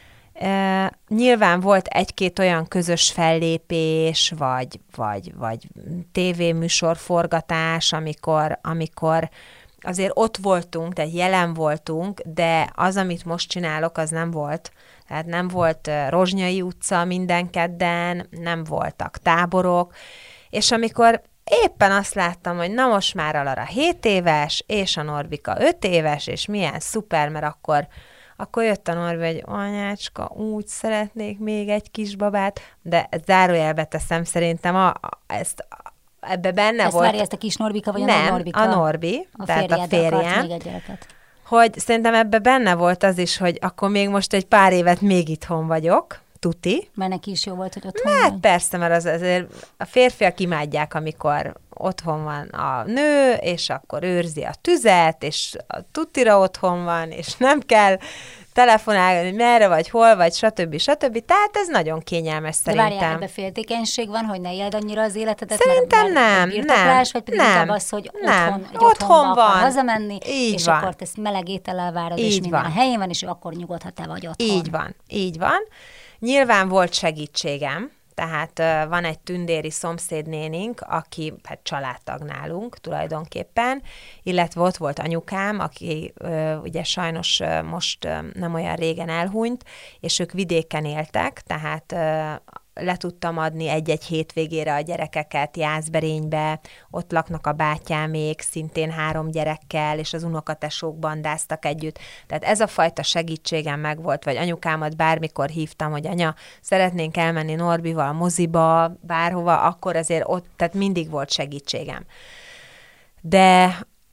Nyilván volt egy-két olyan közös fellépés, vagy, vagy, vagy tévéműsorforgatás, amikor, amikor azért ott voltunk, tehát jelen voltunk, de az, amit most csinálok, az nem volt. Tehát nem volt Rozsnyai utca minden kedden, nem voltak táborok, és amikor éppen azt láttam, hogy na most már a Lara hét éves, és a Norbika öt éves, és milyen szuper, mert akkor, akkor jött a Norbi, hogy anyácska, úgy szeretnék még egy kisbabát, de zárójelbe teszem, szerintem a, a, ezt ebbe benne ezt volt. Várja, ezt a kis Norbika, vagy nem, a Norbika? a Norbi, a tehát a férjem. Még egy gyereket. Hogy szerintem ebbe benne volt az is, hogy akkor még most egy pár évet még itthon vagyok, tuti. Mert neki is jó volt, hogy otthon Hát vagy. persze, mert az, azért a férfiak imádják, amikor otthon van a nő, és akkor őrzi a tüzet, és a tutira otthon van, és nem kell telefonálni, hogy merre vagy, hol vagy, stb. stb. Tehát ez nagyon kényelmes de szerintem. De várjál, ebbe féltékenység van, hogy ne éld annyira az életedet? Szerintem mert, mert nem, birtoklás, nem, vagy pedig nem, az, hogy nem. otthon, egy Otthon otthonba van. akar hazamenni, Így és van. akkor te ezt meleg étellel várod, Így és minden van. a helyén van, és akkor nyugodhat te vagy otthon. Így van, így van. Nyilván volt segítségem, tehát uh, van egy tündéri szomszédnénink, aki hát családtag nálunk tulajdonképpen, illetve ott volt anyukám, aki uh, ugye sajnos uh, most uh, nem olyan régen elhunyt, és ők vidéken éltek, tehát uh, le tudtam adni egy-egy hétvégére a gyerekeket Jászberénybe, ott laknak a bátyámék, szintén három gyerekkel, és az unokatesók bandáztak együtt. Tehát ez a fajta segítségem megvolt, vagy anyukámat bármikor hívtam, hogy anya, szeretnénk elmenni Norbival moziba, bárhova, akkor azért ott, tehát mindig volt segítségem. De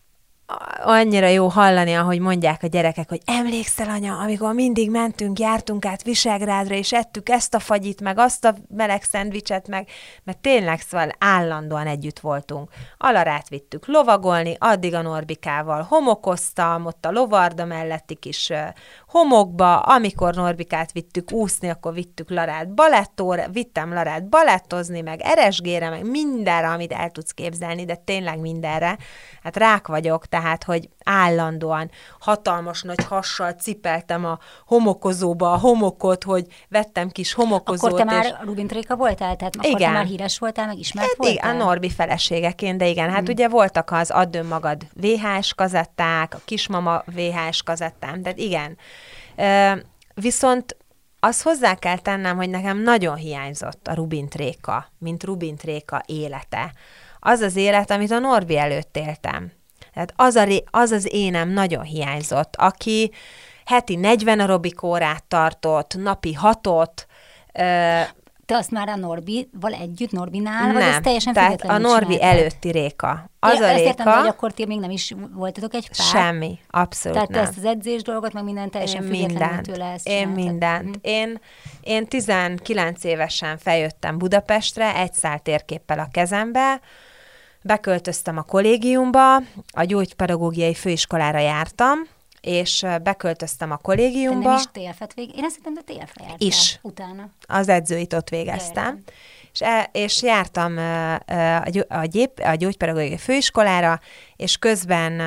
annyira jó hallani, ahogy mondják a gyerekek, hogy emlékszel, anya, amikor mindig mentünk, jártunk át Visegrádra, és ettük ezt a fagyit, meg azt a meleg szendvicset, meg, mert tényleg szóval állandóan együtt voltunk. Alarát vittük lovagolni, addig a Norbikával homokoztam, ott a lovarda melletti kis homokba, amikor Norbikát vittük úszni, akkor vittük Larát balettóra, vittem Larát balettozni, meg eresgére, meg mindenre, amit el tudsz képzelni, de tényleg mindenre. Hát rák vagyok, tehát, hogy állandóan hatalmas nagy hassal cipeltem a homokozóba a homokot, hogy vettem kis homokozót. Akkor te és... már Rubin Tréka voltál? Tehát akkor igen. te már híres voltál, meg ismert hát voltál? Igen, a Norbi feleségeként, de igen, hát hmm. ugye voltak az Add önmagad vé há es kazetták, a Kismama vé há es kazettám, tehát igen. Uh, viszont azt hozzá kell tennem, hogy nekem nagyon hiányzott a Rubin Tréka, mint Rubin Tréka élete. Az az élet, amit a Norbi előtt éltem. Tehát az, a, az az énem nagyon hiányzott, aki heti negyven aerobik órát tartott, napi hatot. Ö, Te azt már a Norbival együtt, Norbinál, nem, vagy ez teljesen tehát a Norbi csináltad? Előtti Réka. Az ja, a ezt Réka... értem, hogy akkor ti még nem is voltatok egy pár? Semmi, abszolút Tehát nem. te ezt az edzés dolgot, meg minden teljesen én függetlenül mindent, tőle ezt Én csináltad. mindent. Hm. Én, én tizenkilenc évesen feljöttem Budapestre, egy szál térképpel a kezembe, beköltöztem a kollégiumba, a gyógypedagógiai főiskolára jártam, és beköltöztem a kollégiumba. Te nem is té ef-et vég... Én azt hittem, de té ef-re jártál is. utána. Az edzőit ott végeztem. És, e, és jártam a, gyó, a, gyép, a gyógypedagógiai főiskolára, és közben,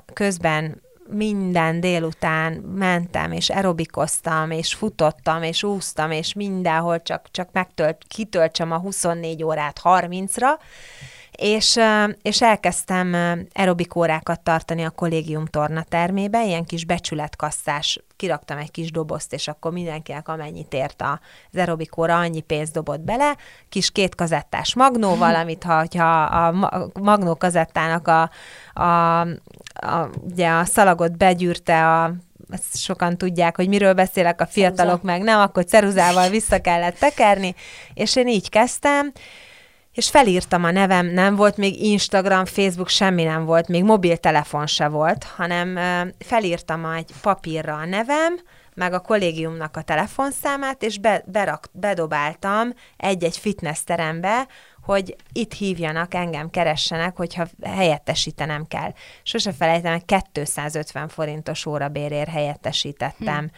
közben minden délután mentem, és aerobikoztam, és futottam, és úsztam, és mindenhol csak, csak megtölt, kitöltsem a huszonnégy órát harmincra, és, és elkezdtem aerobik órákat tartani a kollégium tornatermébe, ilyen kis becsületkasszás, kiraktam egy kis dobozt, és akkor mindenkinek amennyit ért az aerobik óra, annyi pénzt dobott bele, kis két kazettás magnóval, amit ha, ha a magnó kazettának a, a, a, ugye a szalagot begyűrte a ezt sokan tudják, hogy miről beszélek, a fiatalok Ceruza. Meg nem, akkor ceruzával vissza kellett tekerni, és én így kezdtem, és felírtam a nevem, nem volt még Instagram, Facebook, semmi nem volt, még mobiltelefon se volt, hanem felírtam egy papírra a nevem, meg a kollégiumnak a telefonszámát, és be, berak, bedobáltam egy-egy fitnessterembe, hogy itt hívjanak, engem keressenek, hogyha helyettesítenem kell. Sose felejtem, hogy kétszázötven forintos órabérért helyettesítettem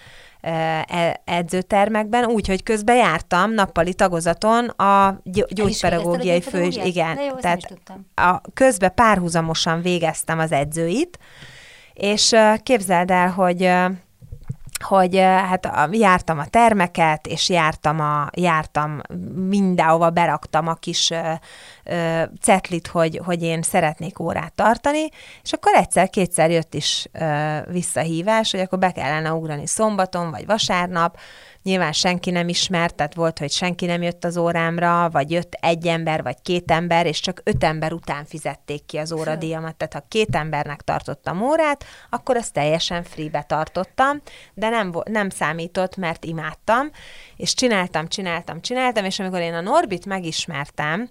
hm. edzőtermekben, úgyhogy közben jártam nappali tagozaton a gyógypedagógiai fő... Igen, jó, tehát a, közben párhuzamosan végeztem az edzőit, és képzeld el, hogy hogy hát jártam a termeket, és jártam, a, jártam mindenhova, beraktam a kis ö, ö, cetlit, hogy, hogy én szeretnék órát tartani, és akkor egyszer-kétszer jött is ö, visszahívás, hogy akkor be kellene ugrani szombaton, vagy vasárnap. Nyilván senki nem ismert, tehát volt, hogy senki nem jött az órámra, vagy jött egy ember, vagy két ember, és csak öt ember után fizették ki az óradíjamat. Tehát ha két embernek tartottam órát, akkor azt teljesen free-be tartottam, de nem, nem számított, mert imádtam, és csináltam, csináltam, csináltam, és amikor én a Norbit megismertem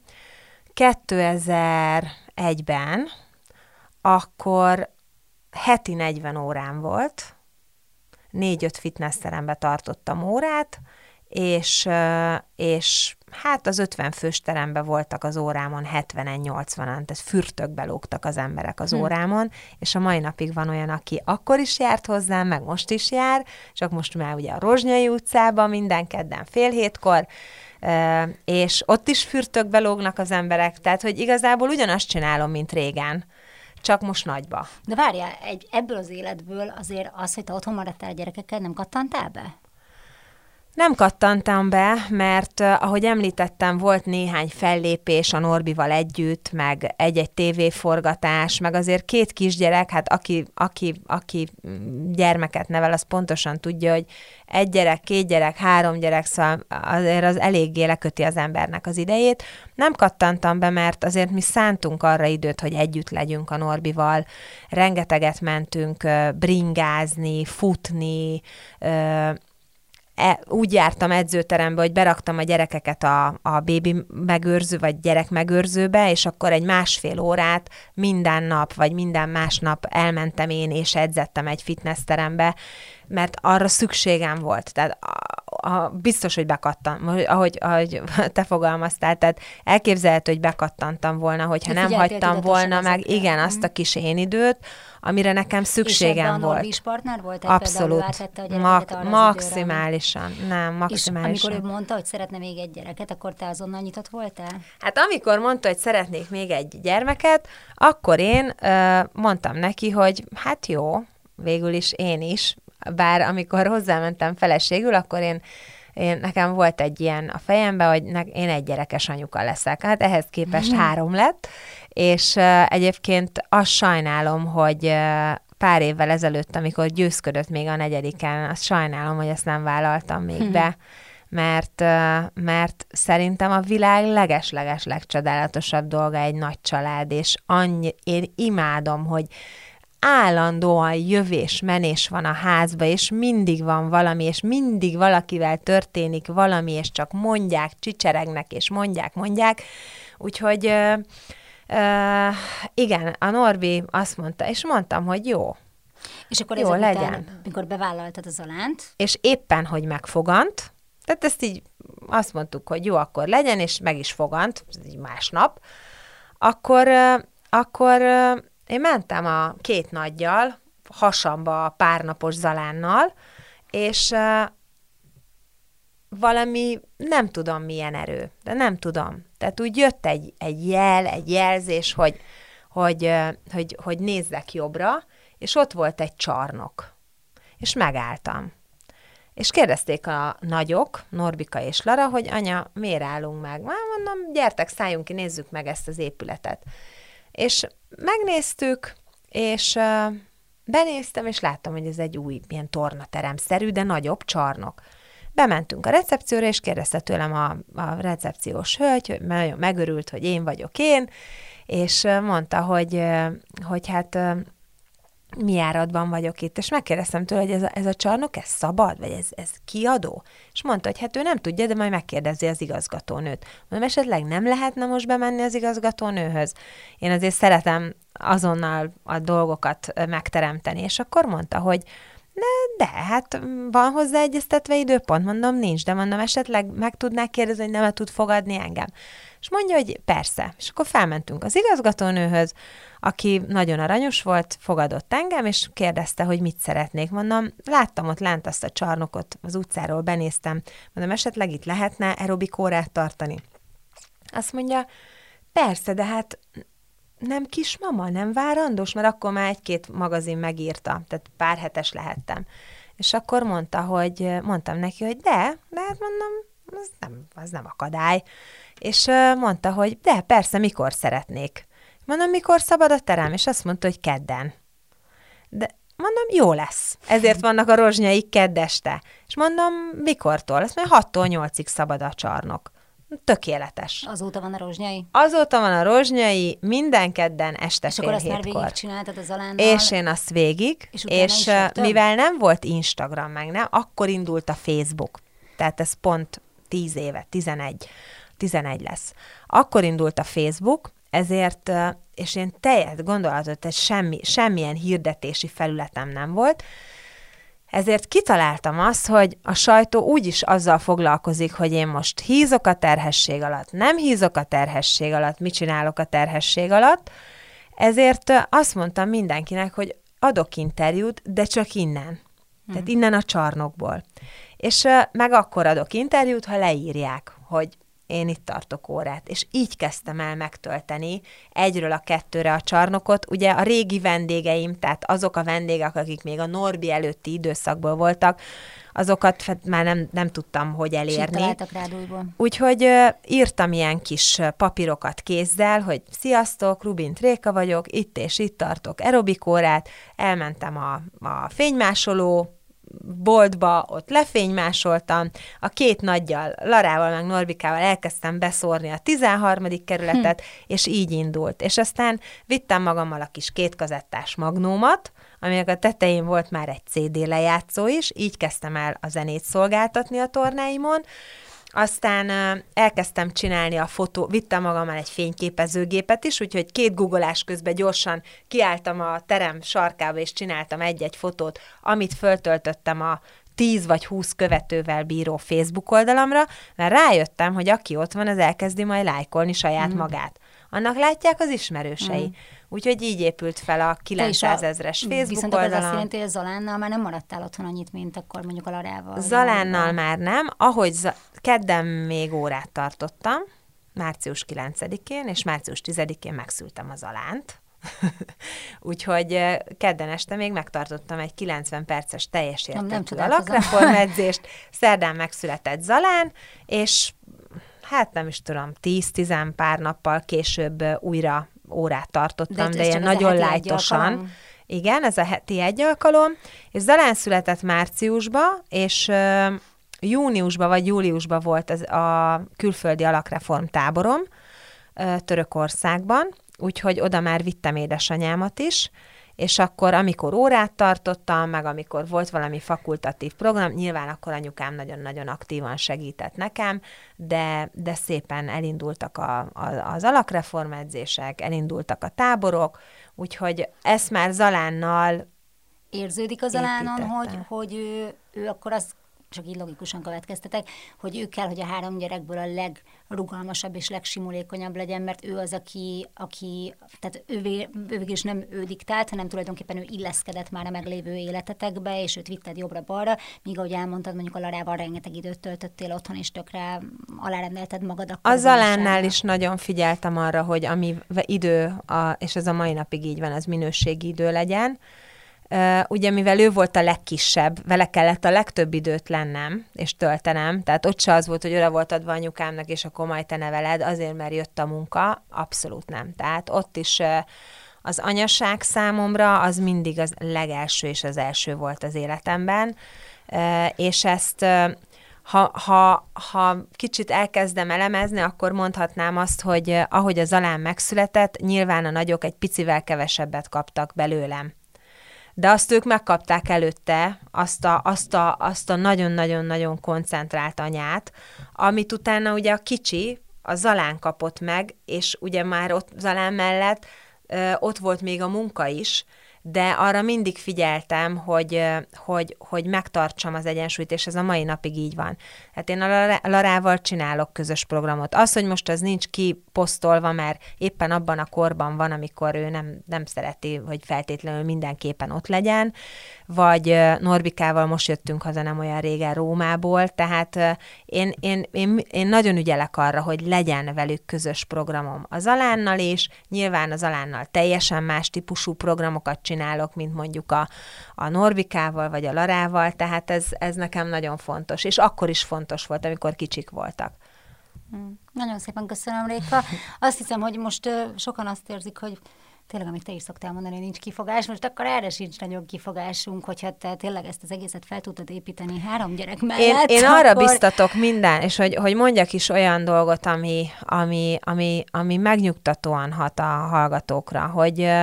kétezer-egyben, akkor heti negyven órám volt, négy-öt fitnessterembe tartottam órát, és, és hát az ötven fős teremben voltak az órámon hetvenen, nyolcvanan, tehát fürtökbe lógtak az emberek az hm. órámon, és a mai napig van olyan, aki akkor is járt hozzám, meg most is jár, csak most már ugye a Rozsnyai utcában minden kedden fél hétkor, és ott is fürtökbe lógnak az emberek, tehát hogy igazából ugyanazt csinálom, mint régen, csak most nagyba. De várjál, egy, ebből az életből azért az, hogy te otthon maradtál a gyerekekkel, nem kattantál be? Nem kattantam be, mert uh, ahogy említettem, volt néhány fellépés a Norbival együtt, meg egy-egy tévéforgatás, meg azért két kisgyerek, hát aki, aki, aki gyermeket nevel, az pontosan tudja, hogy egy gyerek, két gyerek, három gyerek, szóval azért az eléggé leköti az embernek az idejét. Nem kattantam be, mert azért mi szántunk arra időt, hogy együtt legyünk a Norbival. Rengeteget mentünk uh, bringázni, futni, uh, e, úgy jártam edzőterembe, hogy beraktam a gyerekeket a, a bébi megőrző, vagy gyerek megőrzőbe, és akkor egy másfél órát minden nap, vagy minden másnap elmentem én, és edzettem egy fitnessterembe, mert arra szükségem volt. Tehát a, a, biztos, hogy bekattam, ahogy, ahogy te fogalmaztál, tehát elképzelhető, hogy bekattantam volna, hogyha nem hagytam volna meg, ezekre. Igen, azt a kis én időt, amire nekem szükségem volt. És ebben a Norbi is partner volt? Abszolút. Mak- maximálisan. Nem, maximálisan. És amikor ő mondta, hogy szeretne még egy gyereket, akkor te azonnal nyitott voltál? Hát amikor mondta, hogy szeretnék még egy gyermeket, akkor én uh, mondtam neki, hogy hát jó, végül is én is, bár amikor hozzámentem feleségül, akkor én, én nekem volt egy ilyen a fejemben, hogy ne, én egy gyerekes anyuka leszek. Hát ehhez képest három lett, és uh, egyébként azt sajnálom, hogy uh, pár évvel ezelőtt, amikor győzködött még a negyediken, azt sajnálom, hogy ezt nem vállaltam még hmm. be, mert, uh, mert szerintem a világ leges-leges legcsodálatosabb dolga egy nagy család, és annyi, én imádom, hogy állandóan jövés-menés van a házba, és mindig van valami, és mindig valakivel történik valami, és csak mondják, csicseregnek, és mondják, mondják. Úgyhogy uh, uh, igen, a Norbi azt mondta, és mondtam, hogy jó. És akkor jó, ezek legyen. Után, mikor bevállaltad az Alánt? És éppen, hogy megfogant, tehát ezt így azt mondtuk, hogy jó, akkor legyen, és meg is fogant, így másnap, akkor, uh, akkor uh, én mentem a két nagyjal, hasamba a párnapos Zalánnal, és uh, valami, nem tudom milyen erő, de nem tudom. Tehát úgy jött egy, egy jel, egy jelzés, hogy, hogy, uh, hogy, hogy nézzek jobbra, és ott volt egy csarnok. És megálltam. És kérdezték a nagyok, Norbika és Lara, hogy anya, miért állunk meg? Már mondom, gyertek, szálljunk ki, nézzük meg ezt az épületet. És megnéztük, és uh, benéztem, és láttam, hogy ez egy új, ilyen tornateremszerű, de nagyobb csarnok. Bementünk a recepcióra, és kérdezte tőlem a, a recepciós hölgy, hogy nagyon megörült, hogy én vagyok én, és uh, mondta, hogy, uh, hogy hát uh, mi áradban vagyok itt, és megkérdeztem tőle, hogy ez a, ez a csarnok, ez szabad, vagy ez, ez kiadó? És mondta, hogy hát ő nem tudja, de majd megkérdezi az igazgatónőt. Mondom, esetleg nem lehetne most bemenni az igazgatónőhöz? Én azért szeretem azonnal a dolgokat megteremteni, és akkor mondta, hogy de, de hát van hozzá egyeztetve időpont? Mondom, nincs, de mondom, esetleg meg tudnák kérdezni, hogy nem tud fogadni engem. És mondja, hogy persze. És akkor felmentünk az igazgatónőhöz, aki nagyon aranyos volt, fogadott engem, és kérdezte, hogy mit szeretnék. Mondom, láttam ott lent azt a csarnokot, az utcáról benéztem, mondom, esetleg itt lehetne aerobik órát tartani. Azt mondja, persze, de hát nem kismama, nem várandós, mert akkor már egy-két magazin megírta, tehát pár hetes lehettem. És akkor mondta, hogy mondtam neki, hogy de, de hát mondom, az nem, az nem akadály. És mondta, hogy de, persze, mikor szeretnék. Mondom, mikor szabad a terem? És azt mondta, hogy kedden. De mondom, jó lesz. Ezért vannak a rozsnyaik kedd este. És mondom, mikortól? Azt mondja, hattól nyolcig szabad a csarnok. Tökéletes. Azóta van a rozsnyai? Azóta van a rozsnyai, minden kedden este és fél akkor azt hétkor. már végig csináltad az Alánnal? És én azt végig, és, és mivel nem volt Instagram meg, nem, akkor indult a Facebook. Tehát ez pont tíz éve, tizenegy, tizenegy lesz. Akkor indult a Facebook, ezért, és én teljes gondolatot, hogy semmi, semmilyen hirdetési felületem nem volt, ezért kitaláltam azt, hogy a sajtó úgyis azzal foglalkozik, hogy én most hízok a terhesség alatt, nem hízok a terhesség alatt, mit csinálok a terhesség alatt, ezért azt mondtam mindenkinek, hogy adok interjút, de csak innen. Hmm. Tehát innen a csarnokból. És meg akkor adok interjút, ha leírják, hogy én itt tartok órát. És így kezdtem el megtölteni egyről a kettőre a csarnokot. Ugye a régi vendégeim, tehát azok a vendégek, akik még a Norbi előtti időszakból voltak, azokat már nem, nem tudtam, hogy elérni. Úgyhogy uh, írtam ilyen kis papírokat kézzel, hogy sziasztok, Rubint Réka vagyok, itt és itt tartok aerobik órát, elmentem a, a fénymásoló boltba, ott lefénymásoltam, a két nagyjal, Larával meg Norbikával elkezdtem beszórni a tizenharmadik kerületet, hm. és így indult. És aztán vittem magammal a kis kétkazettás magnómat, aminek a tetején volt már egy cé dé lejátszó is, így kezdtem el a zenét szolgáltatni a tornáimon. Aztán uh, elkezdtem csinálni a fotó, vittem magammal egy fényképezőgépet is, úgyhogy két googolás közben gyorsan kiálltam a terem sarkába, és csináltam egy-egy fotót, amit föltöltöttem a tíz vagy húsz követővel bíró Facebook oldalamra, mert rájöttem, hogy aki ott van, az elkezdi majd lájkolni saját mm. magát. Annak látják az ismerősei. Mm. Úgyhogy így épült fel a kilencszázezres Facebook viszont oldalam. Viszont az azt jelenti, hogy a Zalánnal már nem maradtál otthon annyit, mint akkor mondjuk a Larával. Zalánnal már nem. Ahogy za- kedden még órát tartottam, március kilencedikén, és március tizedikén megszültem a Zalánt. Úgyhogy kedden este még megtartottam egy kilencven perces teljes értékű alakreformedzést, szerdán megszületett Zalán, és hát nem is tudom, tíz-tíz pár nappal később újra órát tartottam, de, de ilyen nagyon lájtosan. Igen, ez a heti egy alkalom, és Zalán született márciusba, és uh, júniusban vagy júliusban volt az, a külföldi alakreform táborom uh, Törökországban, úgyhogy oda már vittem édesanyámat is, és akkor, amikor órát tartottam, meg amikor volt valami fakultatív program, nyilván akkor anyukám nagyon-nagyon aktívan segített nekem, de, de szépen elindultak a, a, az alakreformedzések, elindultak a táborok, úgyhogy ezt már Zalánnal érződik a Zalánon, hogy, hogy ő, ő akkor az, csak így logikusan következtetek, hogy ő kell, hogy a három gyerekből a legrugalmasabb és legsimulékonyabb legyen, mert ő az, aki, aki tehát ő, ő is nem ő diktált, hanem tulajdonképpen ő illeszkedett már a meglévő életetekbe, és őt vitted jobbra-balra, míg ahogy elmondtad, mondjuk a Larával rengeteg időt töltöttél otthon, és tökre alárendelted magad. A Zalánnál is nagyon figyeltem arra, hogy ami idő, a, és ez a mai napig így van, az minőségi idő legyen. Uh, ugye, mivel ő volt a legkisebb, vele kellett a legtöbb időt lennem, és töltenem, tehát ott se az volt, hogy oda volt adva anyukámnak, és akkor majd te neveled, azért, mert jött a munka, abszolút nem. Tehát ott is uh, az anyaság számomra az mindig az legelső és az első volt az életemben, uh, és ezt uh, ha, ha, ha kicsit elkezdem elemezni, akkor mondhatnám azt, hogy uh, ahogy a Zalán megszületett, nyilván a nagyok egy picivel kevesebbet kaptak belőlem. De azt ők megkapták előtte, azt a, azt a, azt a nagyon-nagyon-nagyon koncentrált anyát, amit utána ugye a kicsi, a Zalán kapott meg, és ugye már ott Zalán mellett ö, ott volt még a munka is, de arra mindig figyeltem, hogy, hogy, hogy megtartsam az egyensúlyt, és ez a mai napig így van. Hát én a Larával csinálok közös programot. Az, hogy most az nincs kiposztolva, mert éppen abban a korban van, amikor ő nem, nem szereti, hogy feltétlenül mindenképpen ott legyen, vagy Norbikával most jöttünk haza nem olyan régen Rómából, tehát én, én, én, én nagyon ügyelek arra, hogy legyen velük közös programom a Zalánnal is, nyilván a Zalánnal teljesen más típusú programokat csinálok, mint mondjuk a, a Norbikával, vagy a Larával, tehát ez, ez nekem nagyon fontos, és akkor is fontos volt, amikor kicsik voltak. Hmm. Nagyon szépen köszönöm, Réka. Azt hiszem, hogy most uh, sokan azt érzik, hogy tényleg, amit te is szoktál mondani, hogy nincs kifogás, most akkor erre sincs nagyon kifogásunk, hogyha te tényleg ezt az egészet fel tudod építeni három gyerek mellett. Én, én akkor... arra biztatok minden, és hogy, hogy mondjak is olyan dolgot, ami, ami, ami, ami megnyugtatóan hat a hallgatókra, hogy uh,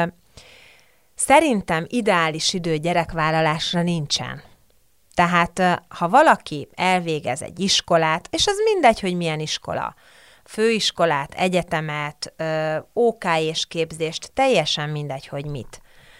szerintem ideális idő gyerekvállalásra nincsen. Tehát uh, ha valaki elvégez egy iskolát, és az mindegy, hogy milyen iskola, főiskolát, egyetemet, ó ká és képzést, teljesen mindegy, hogy mit.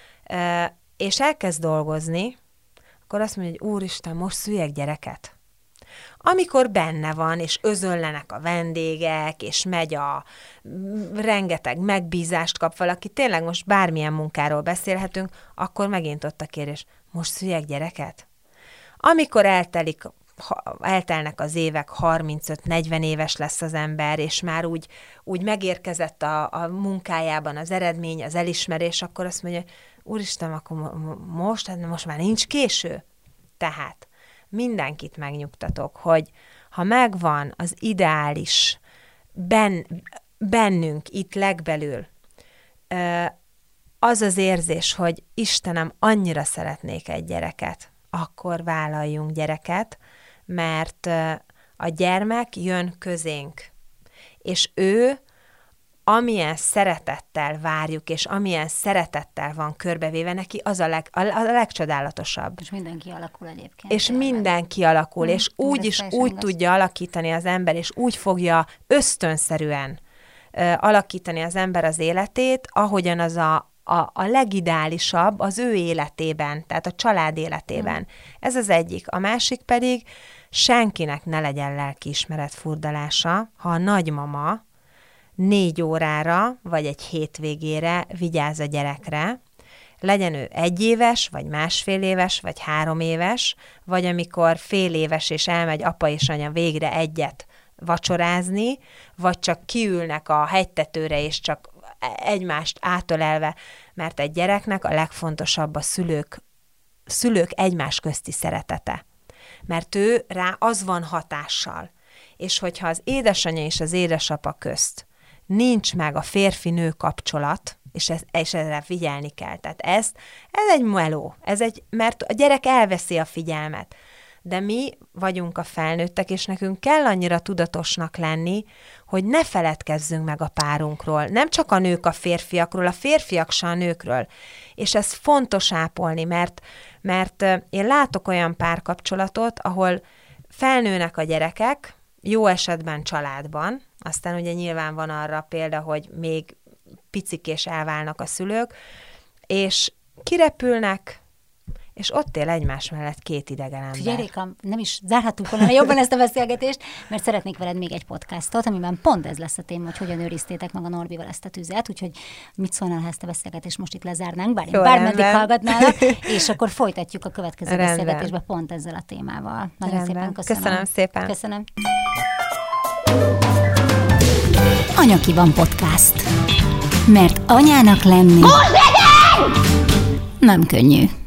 És elkezd dolgozni, akkor azt mondja, hogy úristen, most szüljek gyereket. Amikor benne van, és özönlenek a vendégek, és megy a rengeteg megbízást kap valaki, tényleg most bármilyen munkáról beszélhetünk, akkor megint ott a kérdés, most szüljek gyereket? Amikor eltelik eltelnek az évek, harmincöt-negyven éves lesz az ember, és már úgy, úgy megérkezett a, a munkájában az eredmény, az elismerés, akkor azt mondja, úristen, akkor most, hát most már nincs késő. Tehát mindenkit megnyugtatok, hogy ha megvan az ideális ben, bennünk itt legbelül, az az érzés, hogy Istenem, annyira szeretnék egy gyereket, akkor vállaljunk gyereket, mert a gyermek jön közénk, és ő amilyen szeretettel várjuk, és amilyen szeretettel van körbevéve neki, az a, leg, a, a legcsodálatosabb. És mindenki alakul egyébként. És tényleg. mindenki alakul, hmm, és úgy is úgy igaz. tudja alakítani az ember, és úgy fogja ösztönszerűen uh, alakítani az ember az életét, ahogyan az a, a, a legideálisabb az ő életében, tehát a család életében. Hmm. Ez az egyik. A másik pedig, senkinek ne legyen lelkiismeret furdalása, ha a nagymama négy órára, vagy egy hétvégére vigyáz a gyerekre, legyen ő egy éves, vagy másfél éves, vagy három éves, vagy amikor fél éves és elmegy apa és anya végre egyet vacsorázni, vagy csak kiülnek a hegytetőre és csak egymást átölelve, mert egy gyereknek a legfontosabb a szülők, szülők egymás közti szeretete. Mert ő rá az van hatással. És hogyha az édesanyja és az édesapa közt nincs meg a férfi-nő kapcsolat, és, ez, és ezzel figyelni kell. Tehát ez, ez egy meló, ez egy, mert a gyerek elveszi a figyelmet. De mi vagyunk a felnőttek, és nekünk kell annyira tudatosnak lenni, hogy ne feledkezzünk meg a párunkról. Nem csak a nők a férfiakról, a férfiak se a nőkről. És ez fontos ápolni, mert, mert én látok olyan párkapcsolatot, ahol felnőnek a gyerekek, jó esetben családban, aztán ugye nyilván van arra példa, hogy még picik és elválnak a szülők, és kirepülnek, és ott él egymás mellett két idegen ember. Figyelj, Réka, nem is zárhatunk volna jobban ezt a beszélgetést, mert szeretnék veled még egy podcastot, amiben pont ez lesz a téma, hogy hogyan őriztétek meg a Norbival ezt a tüzet, úgyhogy mit szólnál, ha ezt a beszélgetést most itt lezárnánk, bár én bármeddig hallgatnálak, és akkor folytatjuk a következő rendben. beszélgetésbe pont ezzel a témával. Nagyon rendben. szépen köszönöm. Köszönöm szépen. Köszönöm. Anyaki van podcast. Mert anyának lenni nem könnyű.